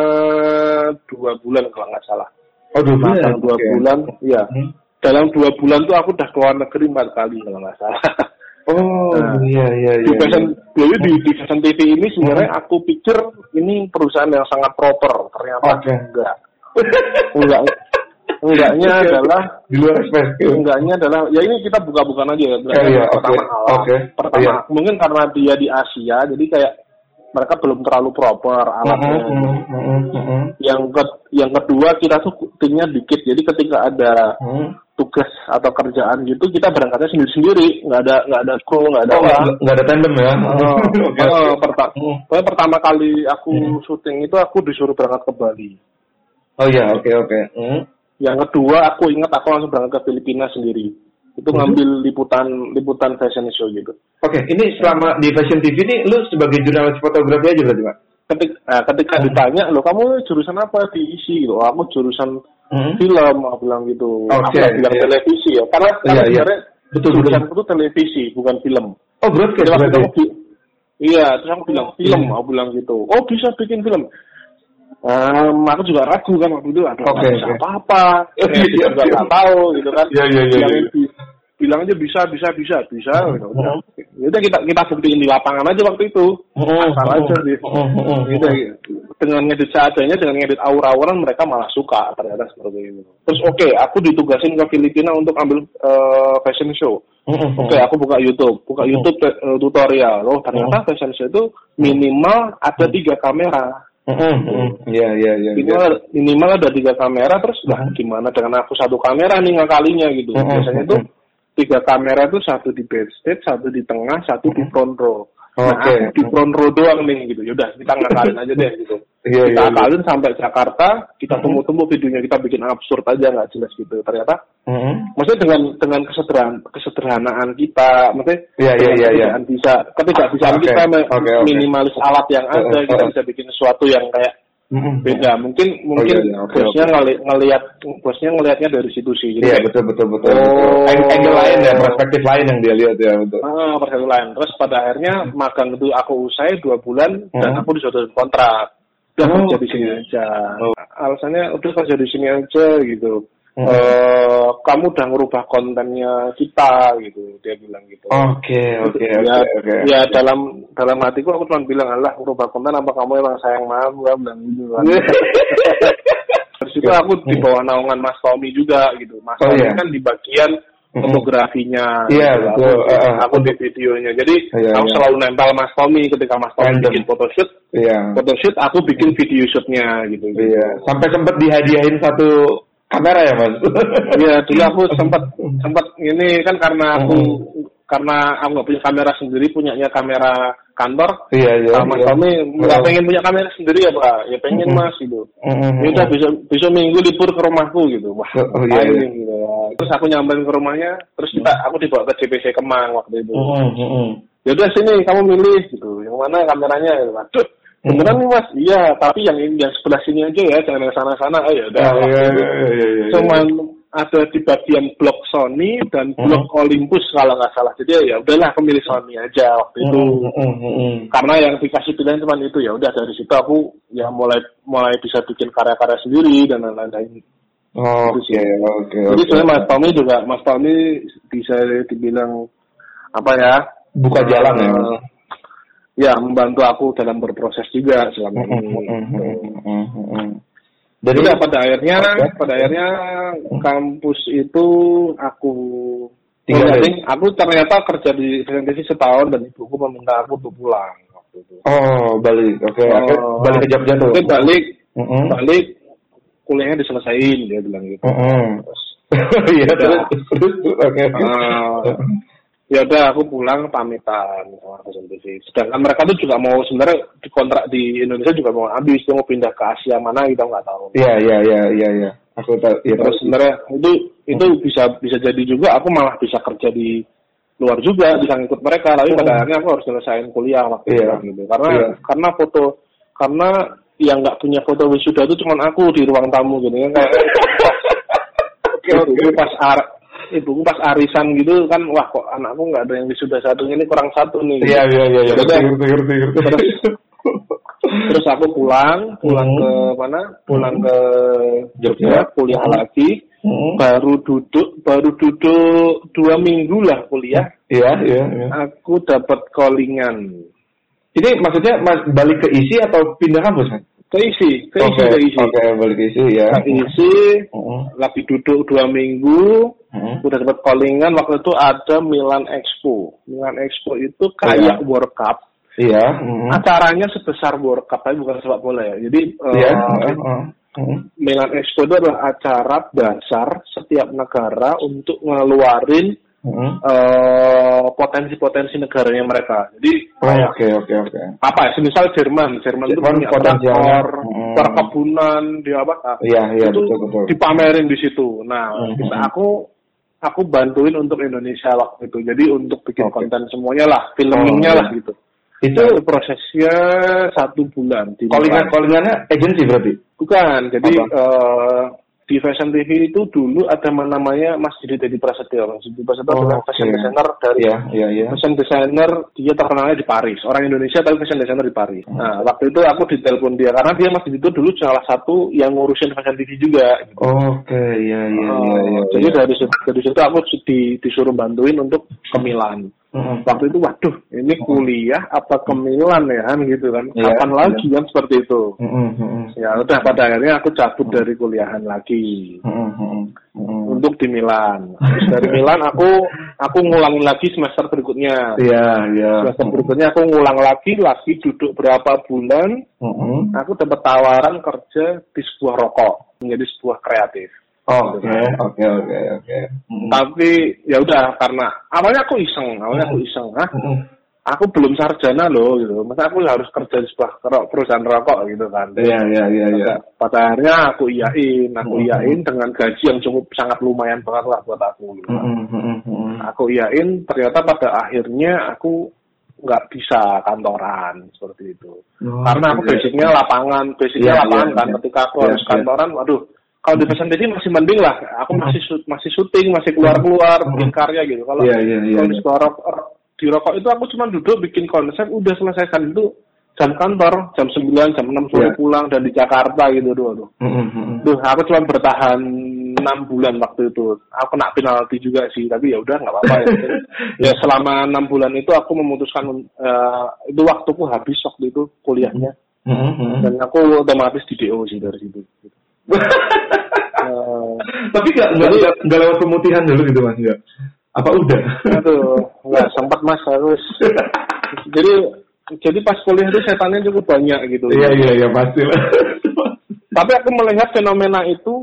dua bulan kalau nggak salah. Oh dua bulan. Magang dua Oke. bulan, ya. Mhm. Dalam dua bulan tuh aku udah keluar negeri empat kali kalau nggak salah. Oh Nah, iya iya Di iya. Fashion, jadi di, di Fashion T V ini sebenarnya aku pikir ini perusahaan yang sangat proper, ternyata Oke. enggak. Enggak. Enggaknya Oke, oke. adalah Di luar ekspektasi. enggaknya adalah ya ini kita buka-bukan aja ya. Oh, iya, pertama oke, awal. oke, Pertama iya. mungkin karena dia di Asia jadi kayak mereka belum terlalu proper alatnya. Mhm, mhm, mhm. Yang ke, yang kedua kita tuh timnya dikit jadi ketika ada Mhm. tugas atau kerjaan gitu kita berangkatnya sendiri-sendiri, nggak ada nggak ada kru, nggak ada Oh apa. nggak nggak ada tandem ya? Oh, Oke, oh, oke. perta- Mhm. pokoknya pertama kali aku Hmm. syuting itu aku disuruh berangkat ke Bali. Oh iya oke oke. Mhm. Yang kedua aku ingat aku langsung berangkat ke Filipina sendiri. Itu ngambil liputan liputan fashion show gitu. Oke, ini selama di Fashion T V ini lu sebagai jurnalis fotografi aja berarti, Pak? ketika, nah, ketika hmm. ditanya, loh kamu jurusan apa diisi gitu? Oh, aku jurusan hmm. film, aku bilang gitu. Okay, aku bilang yeah. televisi ya, karena yeah, karena yeah. sebenarnya betul, jurusan betul. Itu televisi bukan film. Oh broadcast berarti. Iya, terus aku bilang film, hmm. aku bilang gitu. Oh bisa bikin film. Um, aku juga ragu kan waktu itu, aduh okay, bisa okay. apa-apa, eh, juga nggak yeah. tahu gitu kan. Iya iya iya. Bilang aja bisa bisa bisa bisa gitu. Udah kita kita buktiin di lapangan aja waktu itu. Asal aja sih. Gitu. Dengan ngedit seadanya, dengan ngedit aura-auran mereka malah suka ternyata seperti itu. Terus oke, okay, aku ditugasin ke Filipina untuk ambil uh, fashion show. Oke, okay, aku buka YouTube, buka YouTube uh, tutorial. Oh ternyata fashion show itu minimal ada tiga kamera. Iya iya iya. Minimal minimal ada tiga kamera, terus lah gimana dengan aku satu kamera nih ngakalinya gitu. Biasanya tuh tiga kamera tuh satu di backstage, satu di tengah, satu di front row. Nah, okay. aku di front row doang nih gitu. Yaudah, kita ngakalin aja deh gitu. Yeah, kita yeah, akalin yeah. sampai Jakarta, kita tunggu-tunggu videonya, kita bikin absurd aja nggak jelas gitu. Ternyata, mm-hmm. maksudnya dengan dengan kesederhan, kesederhanaan kita, maksudnya yeah, yeah, yeah, yeah. bisa, ketidakbisaan okay. kita okay, okay. minimalis alat yang ada, uh, uh, kita bisa bikin sesuatu yang kayak Mm-hmm. beda mungkin mungkin oh, iya, iya. Okay, bosnya okay. Ngeli- ngelihat bosnya ngelihatnya dari situ sih. Iya betul betul betul. Oh, angle lain ya, perspektif lain yang dia lihat ya betul. Ah perspektif lain. Terus pada akhirnya mm-hmm. magang itu aku usai dua bulan mm-hmm. dan aku disuruh kontrak. Udah oh, kerja di sini aja. Oh. Alasannya udah kerja di sini aja gitu. Hmm. Uh, kamu udah ngerubah kontennya kita gitu, dia bilang gitu. Oke oke oke. Ya dalam dalam hatiku aku cuma bilang, alah ngerubah konten apa kamu emang sayang maaf, gue bilang gitu kan. Terus itu aku di bawah naungan Mas Tommy juga gitu. Mas oh, Tommy yeah. kan di bagian fotografinya. Iya yeah, betul. Aku, uh, aku di videonya. Jadi yeah, aku yeah. selalu nempel Mas Tommy ketika Mas Tommy bikin photoshoot. Iya. Yeah. Photoshoot aku bikin video shootnya gitu. Iya. Yeah. Sampai sempat dihadiahin satu kamera ya mas? Iya dulu aku sempat sempat ini kan karena aku mm-hmm. karena aku nggak punya kamera sendiri, punyanya kamera kantor. Iya iya. Sama iya. Tommy nggak oh. pengen punya kamera sendiri ya pak? Ya pengen mm-hmm. mas gitu. Mm-hmm. Ya udah besok besok minggu libur ke rumahku gitu. Wah oh, iya, iya. gitu. Terus aku nyamperin ke rumahnya, terus kita aku dibawa ke J P C Kemang waktu itu. Mm-hmm. Ya udah sini kamu milih gitu. Yang mana kameranya? Waduh. Beneran nih mas, iya. Tapi yang yang sebelah sini aja ya, jangan yang sana-sana. Oh ya udah. Oh, iya, iya, iya, iya, cuman ada di bagian blok Sony dan blok mm. Olympus kalau nggak salah. Jadi ya udahlah, aku milih Sony aja waktu itu. Mm, mm, mm. Karena yang dikasih pilihan cuma itu, ya udah dari situ aku ya mulai mulai bisa bikin karya-karya sendiri dan lain-lain. Oh, oke, okay, oke. Okay, Jadi okay, sebenarnya Mas Tommy juga, Mas Tommy bisa dibilang apa ya? Buka jalan uh, ya. Ya, membantu aku dalam berproses juga selama ini. Jadi ya, pada akhirnya, okay. pada akhirnya kampus itu aku tinggalin. Aku ternyata kerja di presentasi setahun dan ibuku meminta aku untuk pulang waktu itu. Oh, balik. Oke, okay. oh, balik ke Jogja tuh. Oke, balik. Uh-huh. Balik kuliahnya diselesain, dia bilang gitu. Uh-huh. Terus iya, terus terus oke. Ya udah aku pulang pamitan sama presentasi. Sedangkan mereka tuh juga mau sebenarnya di kontrak di Indonesia juga mau habis, mau pindah ke Asia mana gitu nggak tahu. Iya iya iya iya iya. Aku tahu. Ya, terus sebenarnya itu itu hmm. bisa bisa jadi juga aku malah bisa kerja di luar juga, bisa ngikut mereka. Tapi hmm. pada akhirnya aku harus selesaiin kuliah waktu yeah. itu gitu. Karena yeah. karena foto karena yang nggak punya foto wisuda itu cuma aku di ruang tamu gitu kan kayak. Oke oke pas ar Ibu pas arisan gitu kan, wah kok anakku nggak ada yang wisuda satu, ini kurang satu nih. Iya iya iya. iya. Terus, terus aku pulang, pulang hmm. ke mana? Pulang hmm. ke Jogja, kuliah hmm. lagi. Hmm. Baru duduk, baru duduk dua minggu lah kuliah. Iya iya. iya. Aku dapat callingan. Ini maksudnya balik ke I S I atau pindah kampus kan? Ke I S I, ke I S I, okay. ke I S I. Oke, okay, balik ke I S I ya. Ke I S I, uh-huh. lagi duduk dua minggu, uh-huh. udah dapat callingan. Waktu itu ada Milan Expo. Milan Expo itu kayak yeah. World Cup. Iya. Yeah. Uh-huh. Acaranya sebesar World Cup, tapi bukan sepak bola ya. Jadi yeah. uh, uh-huh. Uh-huh. Milan Expo itu adalah acara dasar setiap negara untuk ngeluarin Uh-huh. Uh, potensi-potensi negaranya mereka. Jadi oh, oke oke oke. Apa ya? Semisal Jerman, Jerman itu punya traktor, hmm. perkebunan, dia apa? Iya iya itu betul betul. dipamerin di situ. Nah, uh-huh. kita aku aku bantuin untuk Indonesia waktu itu. Jadi untuk bikin okay. konten semuanya lah, filmingnya oh, lah gitu. Itu nah, prosesnya satu bulan. Callingan callingannya agensi berarti? Bukan. Jadi uh, di Fashion T V itu dulu ada namanya Mas Didi Dedi Prasetyo. Mas Didi Prasetyo oh, adalah okay. fashion designer dari yeah, yeah, yeah. fashion designer, dia terkenalnya di Paris. Orang Indonesia tapi fashion designer di Paris. Hmm. Nah, waktu itu aku ditelepon dia karena dia Mas Didi itu dulu salah satu yang ngurusin Fashion T V juga. Gitu. Oke, okay, iya iya iya. Jadi dari situ, dari situ aku di, disuruh bantuin untuk ke Milan. Mm-hmm. Waktu itu waduh ini kuliah apa ke Milan ya kan gitu kan yeah, kapan yeah. lagi kan seperti itu mm-hmm. Ya udah pada akhirnya aku cabut dari kuliahan lagi mm-hmm. untuk di Milan. Terus dari Milan aku aku ngulangin lagi semester berikutnya iya yeah, iya yeah. semester mm-hmm. berikutnya aku ngulang lagi lagi duduk berapa bulan mm-hmm. aku dapat tawaran kerja di sebuah rokok menjadi sebuah kreatif. Oke, oke, oke, oke. Tapi ya udah karena awalnya aku iseng, awalnya aku iseng, ah, aku belum sarjana loh, gitu. Masa aku harus kerja di sebuah perusahaan rokok gitu kan? Iya, iya, iya, iya. Pada akhirnya aku iyain, aku iyain dengan gaji yang cukup sangat lumayan banget lah buat aku. Gitu. Aku iyain, ternyata pada akhirnya aku nggak bisa kantoran seperti itu. Oh, karena aku basicnya lapangan, basicnya yeah, lapangan yeah, kan. Yeah. Ketika aku yeah, harus kantoran, yeah. waduh. Kalau di Fashion T V masih mending lah, aku masih masih syuting, masih keluar-keluar, bikin karya gitu. Kalau yeah, yeah, yeah, kalau di sekolah di rokok itu aku cuma duduk bikin konsep, udah selesaikan itu jam kantor, jam sembilan, jam enam sore yeah. pulang dan di Jakarta gitu doh. Mm-hmm. Duh, aku cuma bertahan enam bulan waktu itu. Aku kena penalti juga sih, tapi ya udah nggak apa-apa ya. Ya selama enam bulan itu aku memutuskan uh, itu waktuku habis waktu itu kuliahnya. Mm-hmm. Dan aku otomatis di D O sih dari situ. Gitu. uh, Tapi nggak nggak nggak lewat pemutihan dulu gitu mas nggak? Apa udah? Aduh, nggak sempat mas harus. Jadi jadi pas kuliah itu setannya cukup banyak gitu. Iya iya iya pasti lah. Tapi aku melihat fenomena itu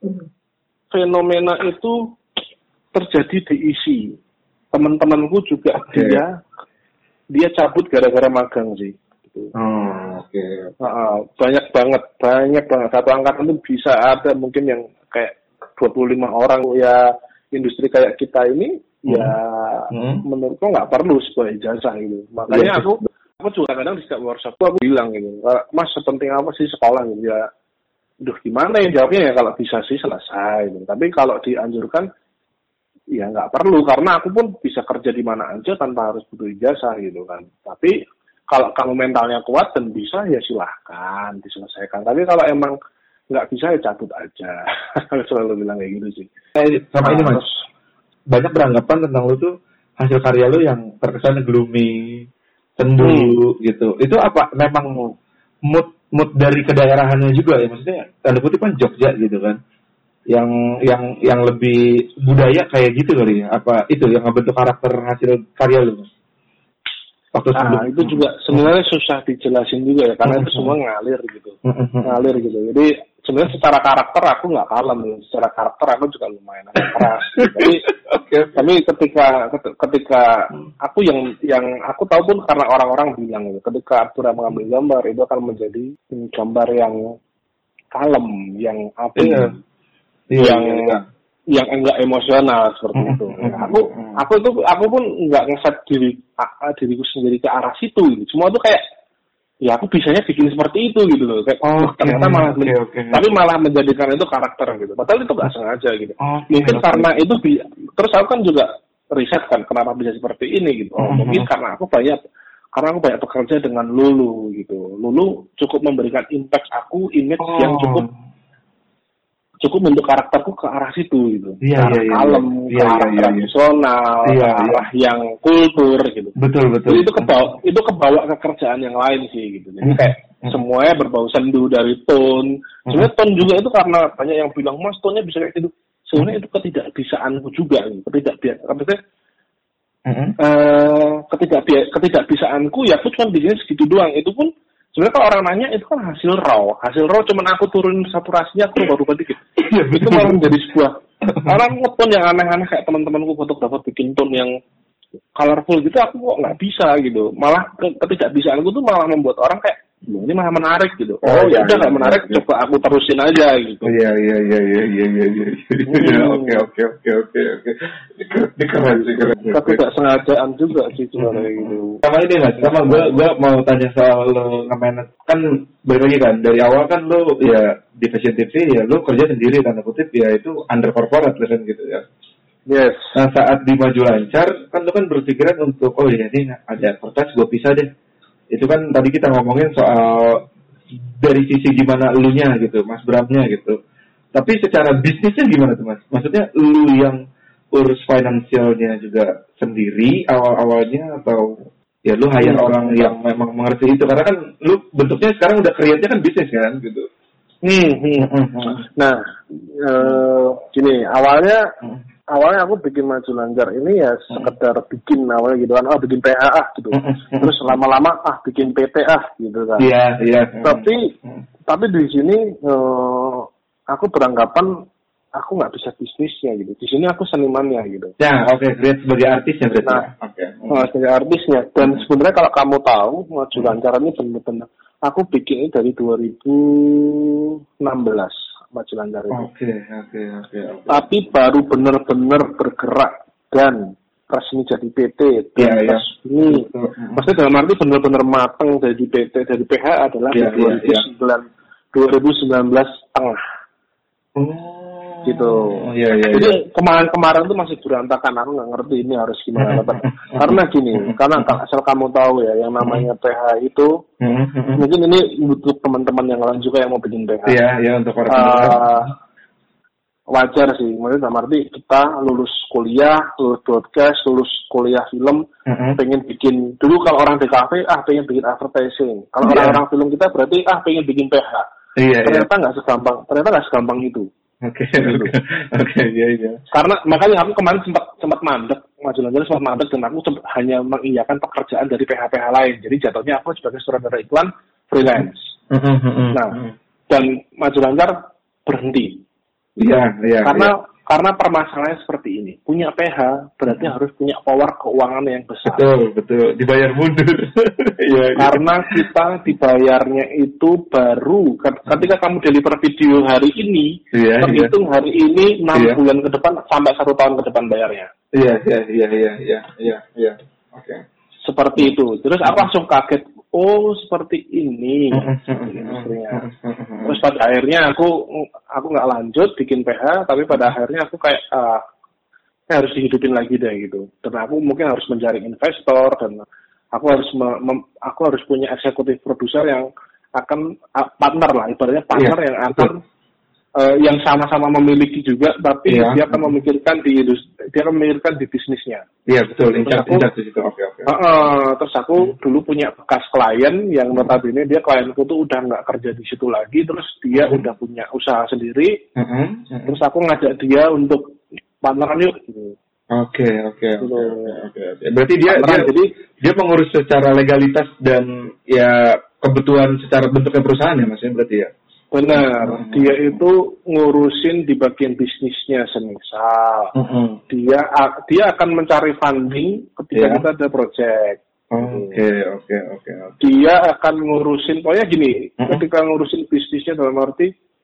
fenomena itu terjadi di I S I. Teman-temanku juga okay. dia dia cabut gara-gara magang sih. Gitu. Oh, oke. Okay. Uh, banyak banget, banyak banget. Satu angkatan itu bisa ada mungkin yang kayak dua puluh lima orang ya industri kayak kita ini hmm. ya hmm. menurutku nggak perlu sebuah ijazah gitu. Makanya ya, aku aku juga kadang di setiap workshop aku bilang gitu, mas sepenting apa sih sekolah gitu ya. Duh gimana ya jawabnya ya kalau bisa sih selesai gitu. Tapi kalau dianjurkan ya nggak perlu karena aku pun bisa kerja di mana aja tanpa harus butuh ijazah gitu kan. Tapi kalau kamu mentalnya kuat dan bisa ya silahkan diselesaikan. Tapi kalau emang nggak bisa ya cabut aja. Selalu bilang kayak gitu sih. Eh, sama ini mas, banyak beranggapan tentang lu tuh hasil karya lu yang terkesan gloomy, sendu hmm. gitu. Itu apa? Memang mood mood dari kedaerahannya juga ya maksudnya. Tanda kutip kan Jogja gitu kan. Yang yang yang lebih budaya kayak gitu kali ya. Apa itu yang ngebentuk karakter hasil karya lu mas? Waktu ah, itu juga sebenarnya susah dijelasin juga ya karena mm-hmm. itu semua ngalir gitu, mm-hmm. ngalir gitu. Jadi sebenarnya secara karakter aku nggak kalem, secara karakter aku juga lumayan keras. Jadi, okay. tapi ketika ketika aku yang yang aku tahu pun karena orang-orang bilang gitu, ketika Abdurrahman mengambil gambar itu akan menjadi gambar yang kalem, yang apa, yeah. yang yeah. yang enggak emosional seperti mm-hmm. itu. Nah, aku aku itu aku pun enggak ngeset diri diriku sendiri ke arah situ gitu. Semua tuh kayak ya aku bisanya bikin seperti itu gitu loh. Kayak oh, okay. ternyata malah okay, okay. tapi malah menjadikan itu karakter gitu. Padahal itu enggak sengaja gitu. Okay, mungkin okay. karena itu bi- terus aku kan juga riset kan kenapa bisa seperti ini gitu. Oh, mm-hmm. mungkin karena aku banyak karena aku banyak bekerja dengan Lulu gitu. Lulu cukup memberikan impact aku image oh. yang cukup cukup bentuk karakterku ke arah situ gitu, iya, ke arah iya, kalem, iya, ke arah iya, tradisional, iya, iya, ke arah iya. yang kultur gitu. Betul betul. Jadi itu kebawa itu kebawa ke kerjaan yang lain sih gitu. Jadi kayak mm-hmm. semuanya berbau sendu dari tone. Mm-hmm. Sebenarnya tone juga itu karena banyak yang bilang mas tone-nya bisa kayak gitu. Sebenarnya itu ketidakbisaanku juga, gitu. ketidakbiasaan. Maksudnya mm-hmm. uh, ketidakbi- ketidakbisaanku ya aku cuma bikinnya segitu doang. Itu pun sebenarnya kalau orang nanya itu kan hasil raw, hasil raw cuman aku turunin saturasinya aku baru dikit. Itu malah menjadi sebuah orang ngeton yang aneh-aneh kayak teman-temanku fotografer bikin tone yang colorful gitu aku kok nggak bisa gitu. Malah ketidakbisaanku tuh malah membuat orang kayak ini mah menarik gitu. Oh, oh ya ya, udah nggak ya, menarik, ya. coba aku terusin aja gitu. Oh, iya iya iya iya iya iya iya. Oke oke oke oke oke. Ini keren sih keren. Ketidaksengajaan juga sih sebenarnya gitu. Sama ini mas, sama gue gue mau tanya soal lo nge-manage kan balik lagi kan dari awal kan lo ya di Fashion T V ya lo kerja sendiri tanda kutip ya itu under corporate kan gitu ya. Yes. Nah saat di Maju Lancar kan lo kan berpikiran untuk oh ya ini ada advertise gue pisah deh. Itu kan tadi kita ngomongin soal dari sisi gimana elunya gitu, Mas Bramnya gitu. Tapi secara bisnisnya gimana tuh Mas? Maksudnya lu yang urus finansialnya juga sendiri awal-awalnya atau ya lu hire hmm. orang yang memang mengerti itu karena kan lu bentuknya sekarang udah create-nya kan bisnis kan gitu. Hmm, hmm, hmm. Nah, uh, gini awalnya. Hmm. Awalnya aku bikin Maju Lancar ini ya sekedar bikin awalnya gitu kan, oh bikin P H ah gitu. Terus lama-lama ah bikin P T ah gitu kan. Iya, yeah, iya. Yeah. Tapi mm. tapi di sini uh, aku beranggapan aku nggak bisa bisnisnya gitu. Di sini aku senimannya gitu. Ya, oke, okay. Lihat sebagai artisnya berarti. Nah, oke. Okay. Uh, sebagai artisnya dan mm. sebenarnya kalau kamu tahu Maju Lancar ini benar-benar aku bikin ini dari dua ribu enam belas. Maju Lancar itu. Oke, oke, oke. Tapi baru benar-benar bergerak dan resmi jadi P T dan yeah, resmi. Yeah. Maksudnya dalam arti benar-benar matang dari P T dari P H adalah yeah, di dua ribu sembilan belas tengah. Oh. Gitu. Oh, iya, iya, Jadi iya. kemarin-kemarin tuh masih berantakan, aku nggak ngerti ini harus gimana. Karena gini, karena asal kamu tahu ya, yang namanya P H itu, mungkin ini untuk teman-teman yang lain juga yang mau bikin P H. Iya, iya untuk orang uh, wajar sih, maksudnya dalam arti kita lulus kuliah, lulus broadcast, lulus kuliah film, uh-huh. pengen bikin, dulu kalau orang di kafe, ah pengen bikin advertising. Kalau yeah. orang-orang film kita berarti, ah pengen bikin P H. Iya, ternyata nggak yeah. segampang, ternyata nggak segampang itu. Oke, oke, oke, iya, iya. Karena makanya aku kemarin sempat sempat mandek, Maju Lancar sempat mandek dan aku sempat hanya mengiyakan pekerjaan dari P H-P H lain. Jadi jatuhnya aku sebagai sutradara iklan freelance. Uh-huh, uh-huh, nah, uh-huh. dan Maju Lancar berhenti. Iya, iya. Karena ya. karena permasalahannya seperti ini. Punya P H berarti hmm. harus punya power keuangan yang besar. Betul, betul. Dibayar mundur. ya, karena ya. kita dibayarnya itu baru ketika kamu deliver video hari ini, ya, terhitung ya. hari ini enam ya. bulan ke depan sampai satu tahun ke depan bayarnya. Iya, iya, iya, iya, iya, iya, iya. Oke. Seperti itu. Terus aku langsung kaget. Oh, seperti ini. Industrinya. Terus pada akhirnya aku aku nggak lanjut bikin P H, tapi pada akhirnya aku kayak uh, harus dihidupin lagi deh gitu. Dan aku mungkin harus mencari investor dan aku harus me- mem- aku harus punya eksekutif produser yang akan uh, partner lah, ibaratnya partner yeah, yang akan uh, yang sama-sama memiliki juga, tapi yeah. dia akan memikirkan di dia akan memikirkan di bisnisnya. Iya yeah, betul. Terus aku, okay, okay. Uh, uh, terus aku hmm. dulu punya bekas klien yang notabene dia klienku tuh udah nggak kerja di situ lagi, terus dia hmm. udah punya usaha sendiri, hmm. Hmm. terus aku ngajak dia untuk partneran yuk. Oke oke oke oke. Berarti dia dia jadi dia mengurus secara legalitas dan ya kebutuhan secara bentuknya perusahaan ya mas ya berarti ya. Benar, mm-hmm. dia itu ngurusin di bagian bisnisnya semisal. Mm-hmm. Dia dia akan mencari funding ketika yeah. kita ada project. Oke oke oke. Dia akan ngurusin, pokoknya gini, mm-hmm. ketika ngurusin bisnisnya dalam arti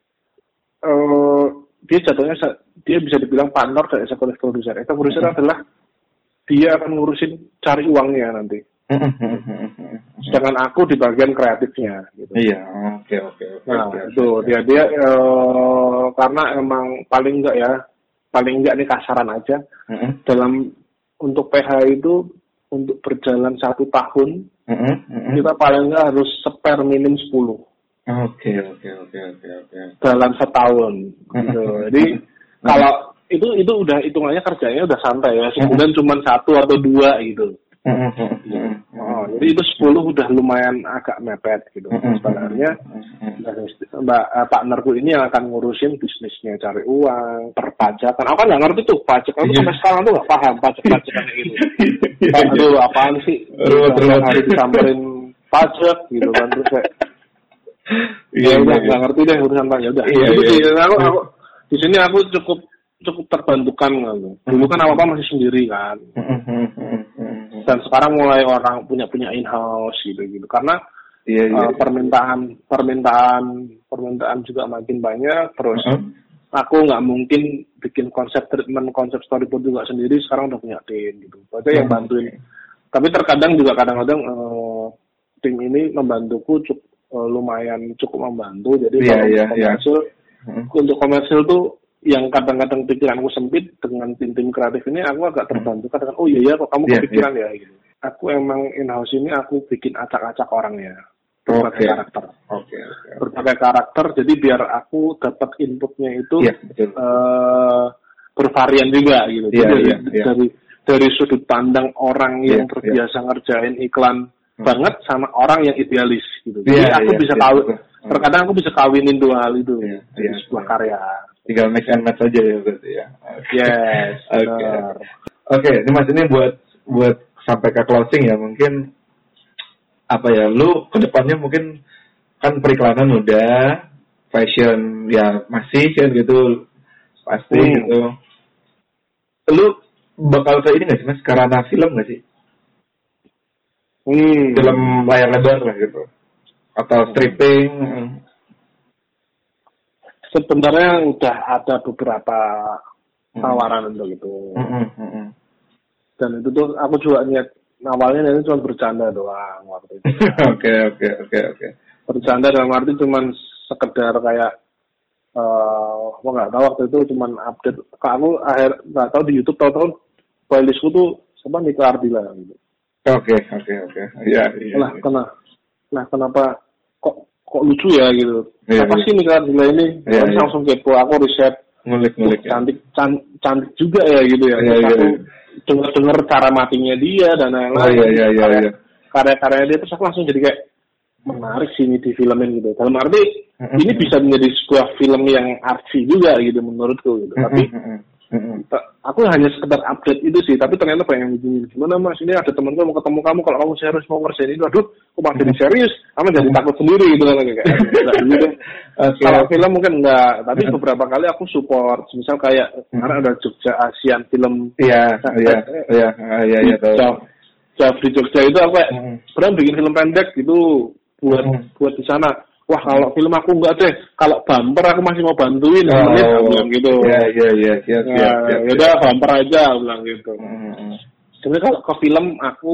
uh, dia jatuhnya dia bisa dibilang partner dan eksekutif produser. Eksekutif produser mm-hmm. adalah dia akan ngurusin cari uangnya nanti. Sedangkan aku di bagian kreatifnya gitu. Iya, oke oke oke. Nah, okay, itu okay. dia dia uh, karena emang paling enggak ya, paling enggak nih kasaran aja. Uh-huh. Dalam untuk P H itu untuk berjalan satu tahun, uh-huh. Uh-huh. kita paling enggak harus spare minim sepuluh. Oke oke oke oke oke. Dalam setahun gitu. Jadi uh-huh. kalau itu itu udah hitungannya kerjanya udah santai ya, sebulan uh-huh. cuma satu atau dua gitu. Mm-hmm. Oh, jadi itu sepuluh udah lumayan agak mepet gitu. Mm-hmm. Sebenarnya mbak uh, partnerku ini yang akan ngurusin bisnisnya, cari uang, perpajakan. Aku kan nggak ngerti tuh pajak. Aku sampai sekarang tuh nggak paham pajak-pajakan itu. Aduh, apaan sih? Terus harus disamperin pajak gitu kan terus kayak. Iya, ya, udah nggak ngerti deh urusan pajak. Udah. Iya, jadi iya. aku, aku di sini aku cukup cukup terbantukan gitu. Dulu kan apa-apa masih sendiri kan. Dan sekarang mulai orang punya punya in-house gitu-gitu. Karena Iya, iya. Uh, permintaan permintaan permintaan juga makin banyak. Terus uh-huh. aku nggak mungkin bikin konsep treatment, konsep storyboard juga sendiri. Sekarang udah punya tim gitu. Ada yang bantuin. Tapi terkadang juga kadang-kadang uh, tim ini membantuku cukup uh, lumayan cukup membantu. Jadi yeah, kalau yeah, komersil yeah. uh-huh. untuk komersil tuh yang kadang-kadang pikiranku sempit dengan tim-tim kreatif ini aku agak terbantu kadang oh iya ya kok kamu yeah, kepikiran yeah. ya gitu. Aku emang in-house ini aku bikin acak-acak orangnya berbagai okay. karakter. Okay, okay, okay. Berbagai karakter jadi biar aku dapat inputnya itu yeah, uh, bervarian juga gitu. Yeah, jadi yeah, yeah. dari dari sudut pandang orang yang yeah, terbiasa yeah. ngerjain iklan hmm. banget sama orang yang idealis gitu. Jadi yeah, aku yeah, bisa yeah, kawin yeah. terkadang aku bisa kawinin dua hal itu yeah, di yeah, sebuah yeah. karya. Tinggal mix and match aja ya berarti ya. Okay. Yes. Oke. Oke, okay. okay, ini Mas ini buat buat sampai ke closing ya mungkin apa ya? Lu kedepannya mungkin kan periklanan udah, fashion ya masih kan gitu pasti hmm. gitu. Lu bakal kayak ini nggak sih Mas? Karena film nggak sih? Hmm. Film layar lebar lah gitu. Atau stripping. Hmm. Sebenarnya udah ada beberapa tawaran hmm. untuk itu. Hmm, hmm, hmm. Dan itu tuh aku juga niat awalnya itu cuma bercanda doang waktu itu. Oke oke oke oke. Bercanda dalam arti cuma sekedar kayak uh, aku nggak tahu waktu itu cuma update. Aku akhir nggak tahu di YouTube tahu-tahu playlistku tuh sama Nika Ardila gitu. Oke oke oke. Iya iya. Lah kenapa? Nah kenapa kok kok lucu ya gitu. Iya, apa iya. sih Nika Ardila ini? Iya, Terus iya. langsung kepo, aku riset. Ngulik-ngulik. Ya. Cantik, can, cantik juga ya gitu ya. Iya, Terus iya, aku iya. dengar-dengar cara matinya dia dan lain-lain. Oh iya iya iya. iya. Karya-karya dia terus aku langsung jadi kayak menarik sih ini di filmin gitu. Dalam arti Mm-hmm. ini bisa menjadi sebuah film yang artsy juga gitu menurutku gitu. Tapi Mm-hmm. t- aku hanya sekedar update itu sih. Tapi ternyata banyak yang begini. Gimana Mas? Ini ada temanku mau ketemu kamu. Kalau kamu serius mau ngerjain itu, aduh, kok malah jadi serius? Kamu jadi takut sendiri gitu kan kayak. Gitu. Okay. Kalau film mungkin enggak. Tapi beberapa kali aku support. Misal kayak karena ada Jogja Asian Film. Iya iya iya iya iya tahu. Jafri Jogja itu aku kayak pernah bikin film pendek gitu buat mm. buat di sana. Wah kalau film aku enggak deh. Kalau bumper aku masih mau bantuin. Oh, menit, aku bilang gitu. Iya iya iya siap siap. Ya udah bumper aja aku bilang gitu. Mm. Jadi kalau ke film aku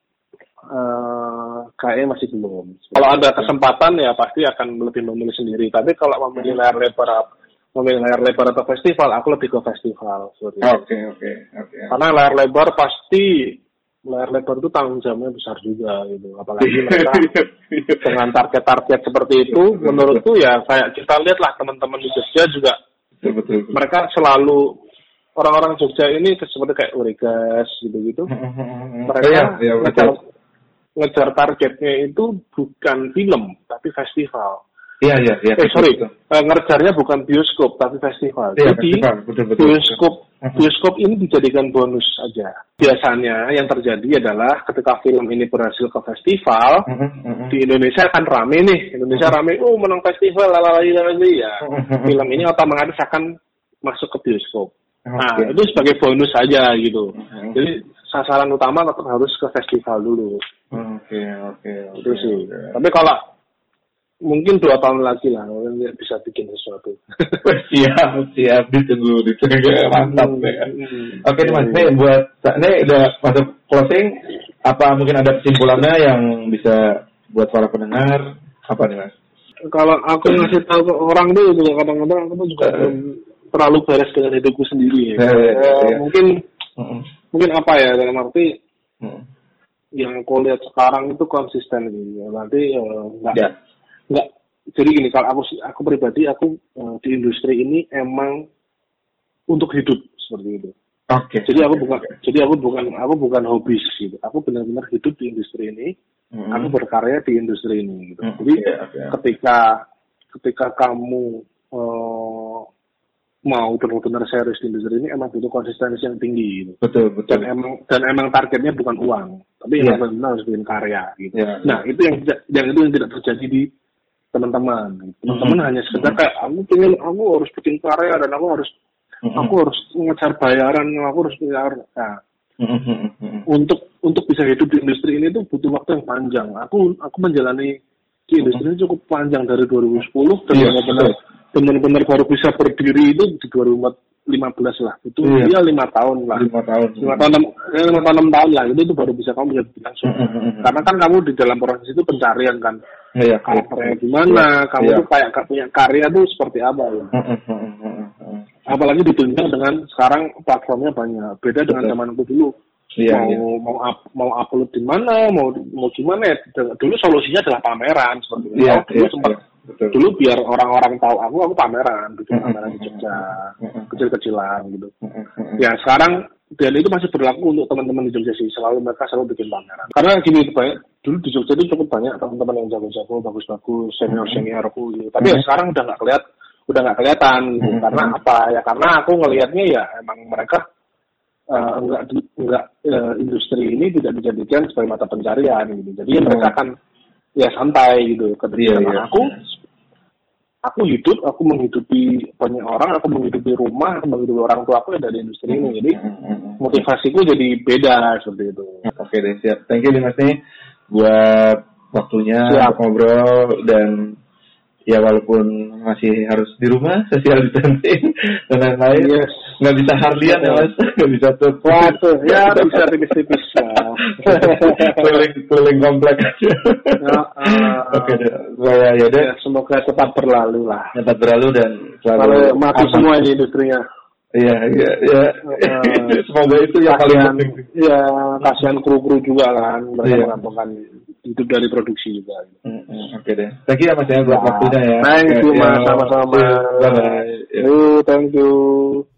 uh, kayaknya masih belum. Kalau ada kesempatan ya pasti akan lebih memilih sendiri. Tapi kalau memilih layar lebar, memilih layar lebar atau festival, aku lebih ke festival. Oke oke oke. Karena layar lebar pasti layar lebar itu tanggung jawabnya besar juga gitu. Apalagi mereka dengan target-target seperti itu, menurutku ya kayak kita lihatlah teman-teman di Jogja juga, betul, betul, betul. mereka selalu orang-orang Jogja ini seperti kayak Urigas gitu-gitu. Mereka ya, ya, ngejar, ngejar targetnya itu bukan film tapi festival. Iya iya iya. Eh sorry, betul. Ngejarnya bukan bioskop tapi festival. Ya, Jadi festival. Betul, betul, bioskop betul. Bioskop ini dijadikan bonus saja. Biasanya yang terjadi adalah ketika film ini berhasil ke festival, uh-huh, uh-huh. di Indonesia akan rame nih. Indonesia uh-huh. rame, oh menang festival, lalali lalali ya. Uh-huh. Film ini otomatis akan masuk ke bioskop. Uh-huh. Nah itu sebagai bonus saja gitu. Uh-huh. Jadi sasaran utama tetap harus ke festival dulu. Oke okay, oke. Okay, itu okay, sih. Okay. Tapi kalau mungkin dua tahun lagi lah, mungkin bisa bikin sesuatu. siap, siap, ditunggu, ditunggu, mantap hmm, ya. Hmm, Oke, okay, Mas, ini buat, ini udah masuk closing, apa mungkin ada kesimpulannya yang bisa buat para pendengar, apa nih Mas? Kalau aku ngasih tahu ke orang tuh juga kadang-kadang aku tuh juga uh, terlalu beres dengan hidupku sendiri. Ya. Uh, uh, uh, mungkin, uh, mungkin apa ya dalam arti uh, yang aku lihat sekarang itu konsisten gitu. Nanti uh, enggak. Yeah. Enggak, jadi gini, kalau aku aku pribadi aku uh, di industri ini emang untuk hidup seperti itu. Oke. Okay. Jadi aku okay. bukan, okay. jadi aku bukan, aku bukan hobis gitu. Aku benar-benar hidup di industri ini. Mm-hmm. Aku berkarya di industri ini. Gitu. Mm-hmm. Jadi okay, okay. ketika ketika kamu uh, mau benar-benar serius di industri ini, emang butuh konsistensi yang tinggi. Gitu. Betul betul. Dan emang dan emang targetnya bukan uang, tapi yeah. benar-benar harus bikin karya. Gitu. Yeah. Nah itu yang yang itu yang tidak terjadi di teman-teman, teman-teman mm-hmm. hanya sekedar kayak aku pengen, aku harus bikin karya dan aku harus, mm-hmm. aku harus ngejar bayaran, aku harus bayar. Nah, mm-hmm. untuk untuk bisa hidup di industri ini tuh butuh waktu yang panjang. Aku aku menjalani di industri ini cukup panjang dari dua ribu sepuluh dan Iya, benar-benar benar-benar baru bisa berdiri itu di dua ribu lima belas lah. Itu Iya. dia lima tahun lah. lima tahun. lima tahun enam eh, lima tahun enam tahun lah itu itu baru bisa kamu bisa bilang sukses. Karena kan kamu di dalam proses itu pencarian kan. Iya. Karakternya gimana, kamu Iya. tuh kayak gak punya karya tuh seperti apa ya. Apalagi ditunjang dengan sekarang platformnya banyak. Beda dengan Betul. zamanku dulu. Iya, mau iya. mau up, mau upload di mana, mau mau gimana ya. Dulu solusinya adalah pameran seperti itu. Iya, Dulu iya, sempat iya. Betul. dulu biar orang-orang tahu aku aku pameran, bikin Mm-mm. pameran di Jogja, Mm-mm. kecil-kecilan gitu. Mm-mm. Ya sekarang dan itu masih berlaku untuk teman-teman di Jogja sih, selalu mereka selalu bikin pameran. Karena gini banyak dulu di Jogja itu cukup banyak teman-teman yang jago-jago, bagus-bagus, senior-seniorku gitu. Tapi ya sekarang udah nggak keliat, udah nggak kelihatan. Gitu. Mm-hmm. Karena apa? Ya karena aku ngelihatnya ya emang mereka uh, enggak enggak uh, industri ini tidak dijadikan sebagai mata pencarian gitu. Jadi ya mereka akan ya santai gitu. Ketika Iya, iya. aku aku hidup, aku menghidupi banyak orang, aku menghidupi rumah, aku menghidupi orang tua aku ya dari industri ini. Jadi motivasiku jadi beda seperti itu. Oke deh, siap. Thank you Dimas nih buat waktunya Siap. untuk ngobrol dan ya walaupun masih harus di rumah social distancing dan lain-lain, Yes. nggak bisa hardian ya mas, nggak bisa tuh. Waduh, ya bisa tipis-tipis lah. keliling keliling komplek. Ya, uh, Oke deh, saya ya deh ya, semoga cepat berlalu lah. cepat berlalu dan Kalau selalu mati aman. semua di industrinya. Iya, iya, iya. Uh, Semoga itu yang paling kasihan, penting. ya kasihan kru-kru juga kan, mereka Iya. menggantungkan hidup dari produksi juga. Mm-mm, Oke deh. Thank you ya mas ya buat Ya, waktunya ya. thank you, Oke, Mas. ya. Sama-sama. Bye bye. Yo, thank you.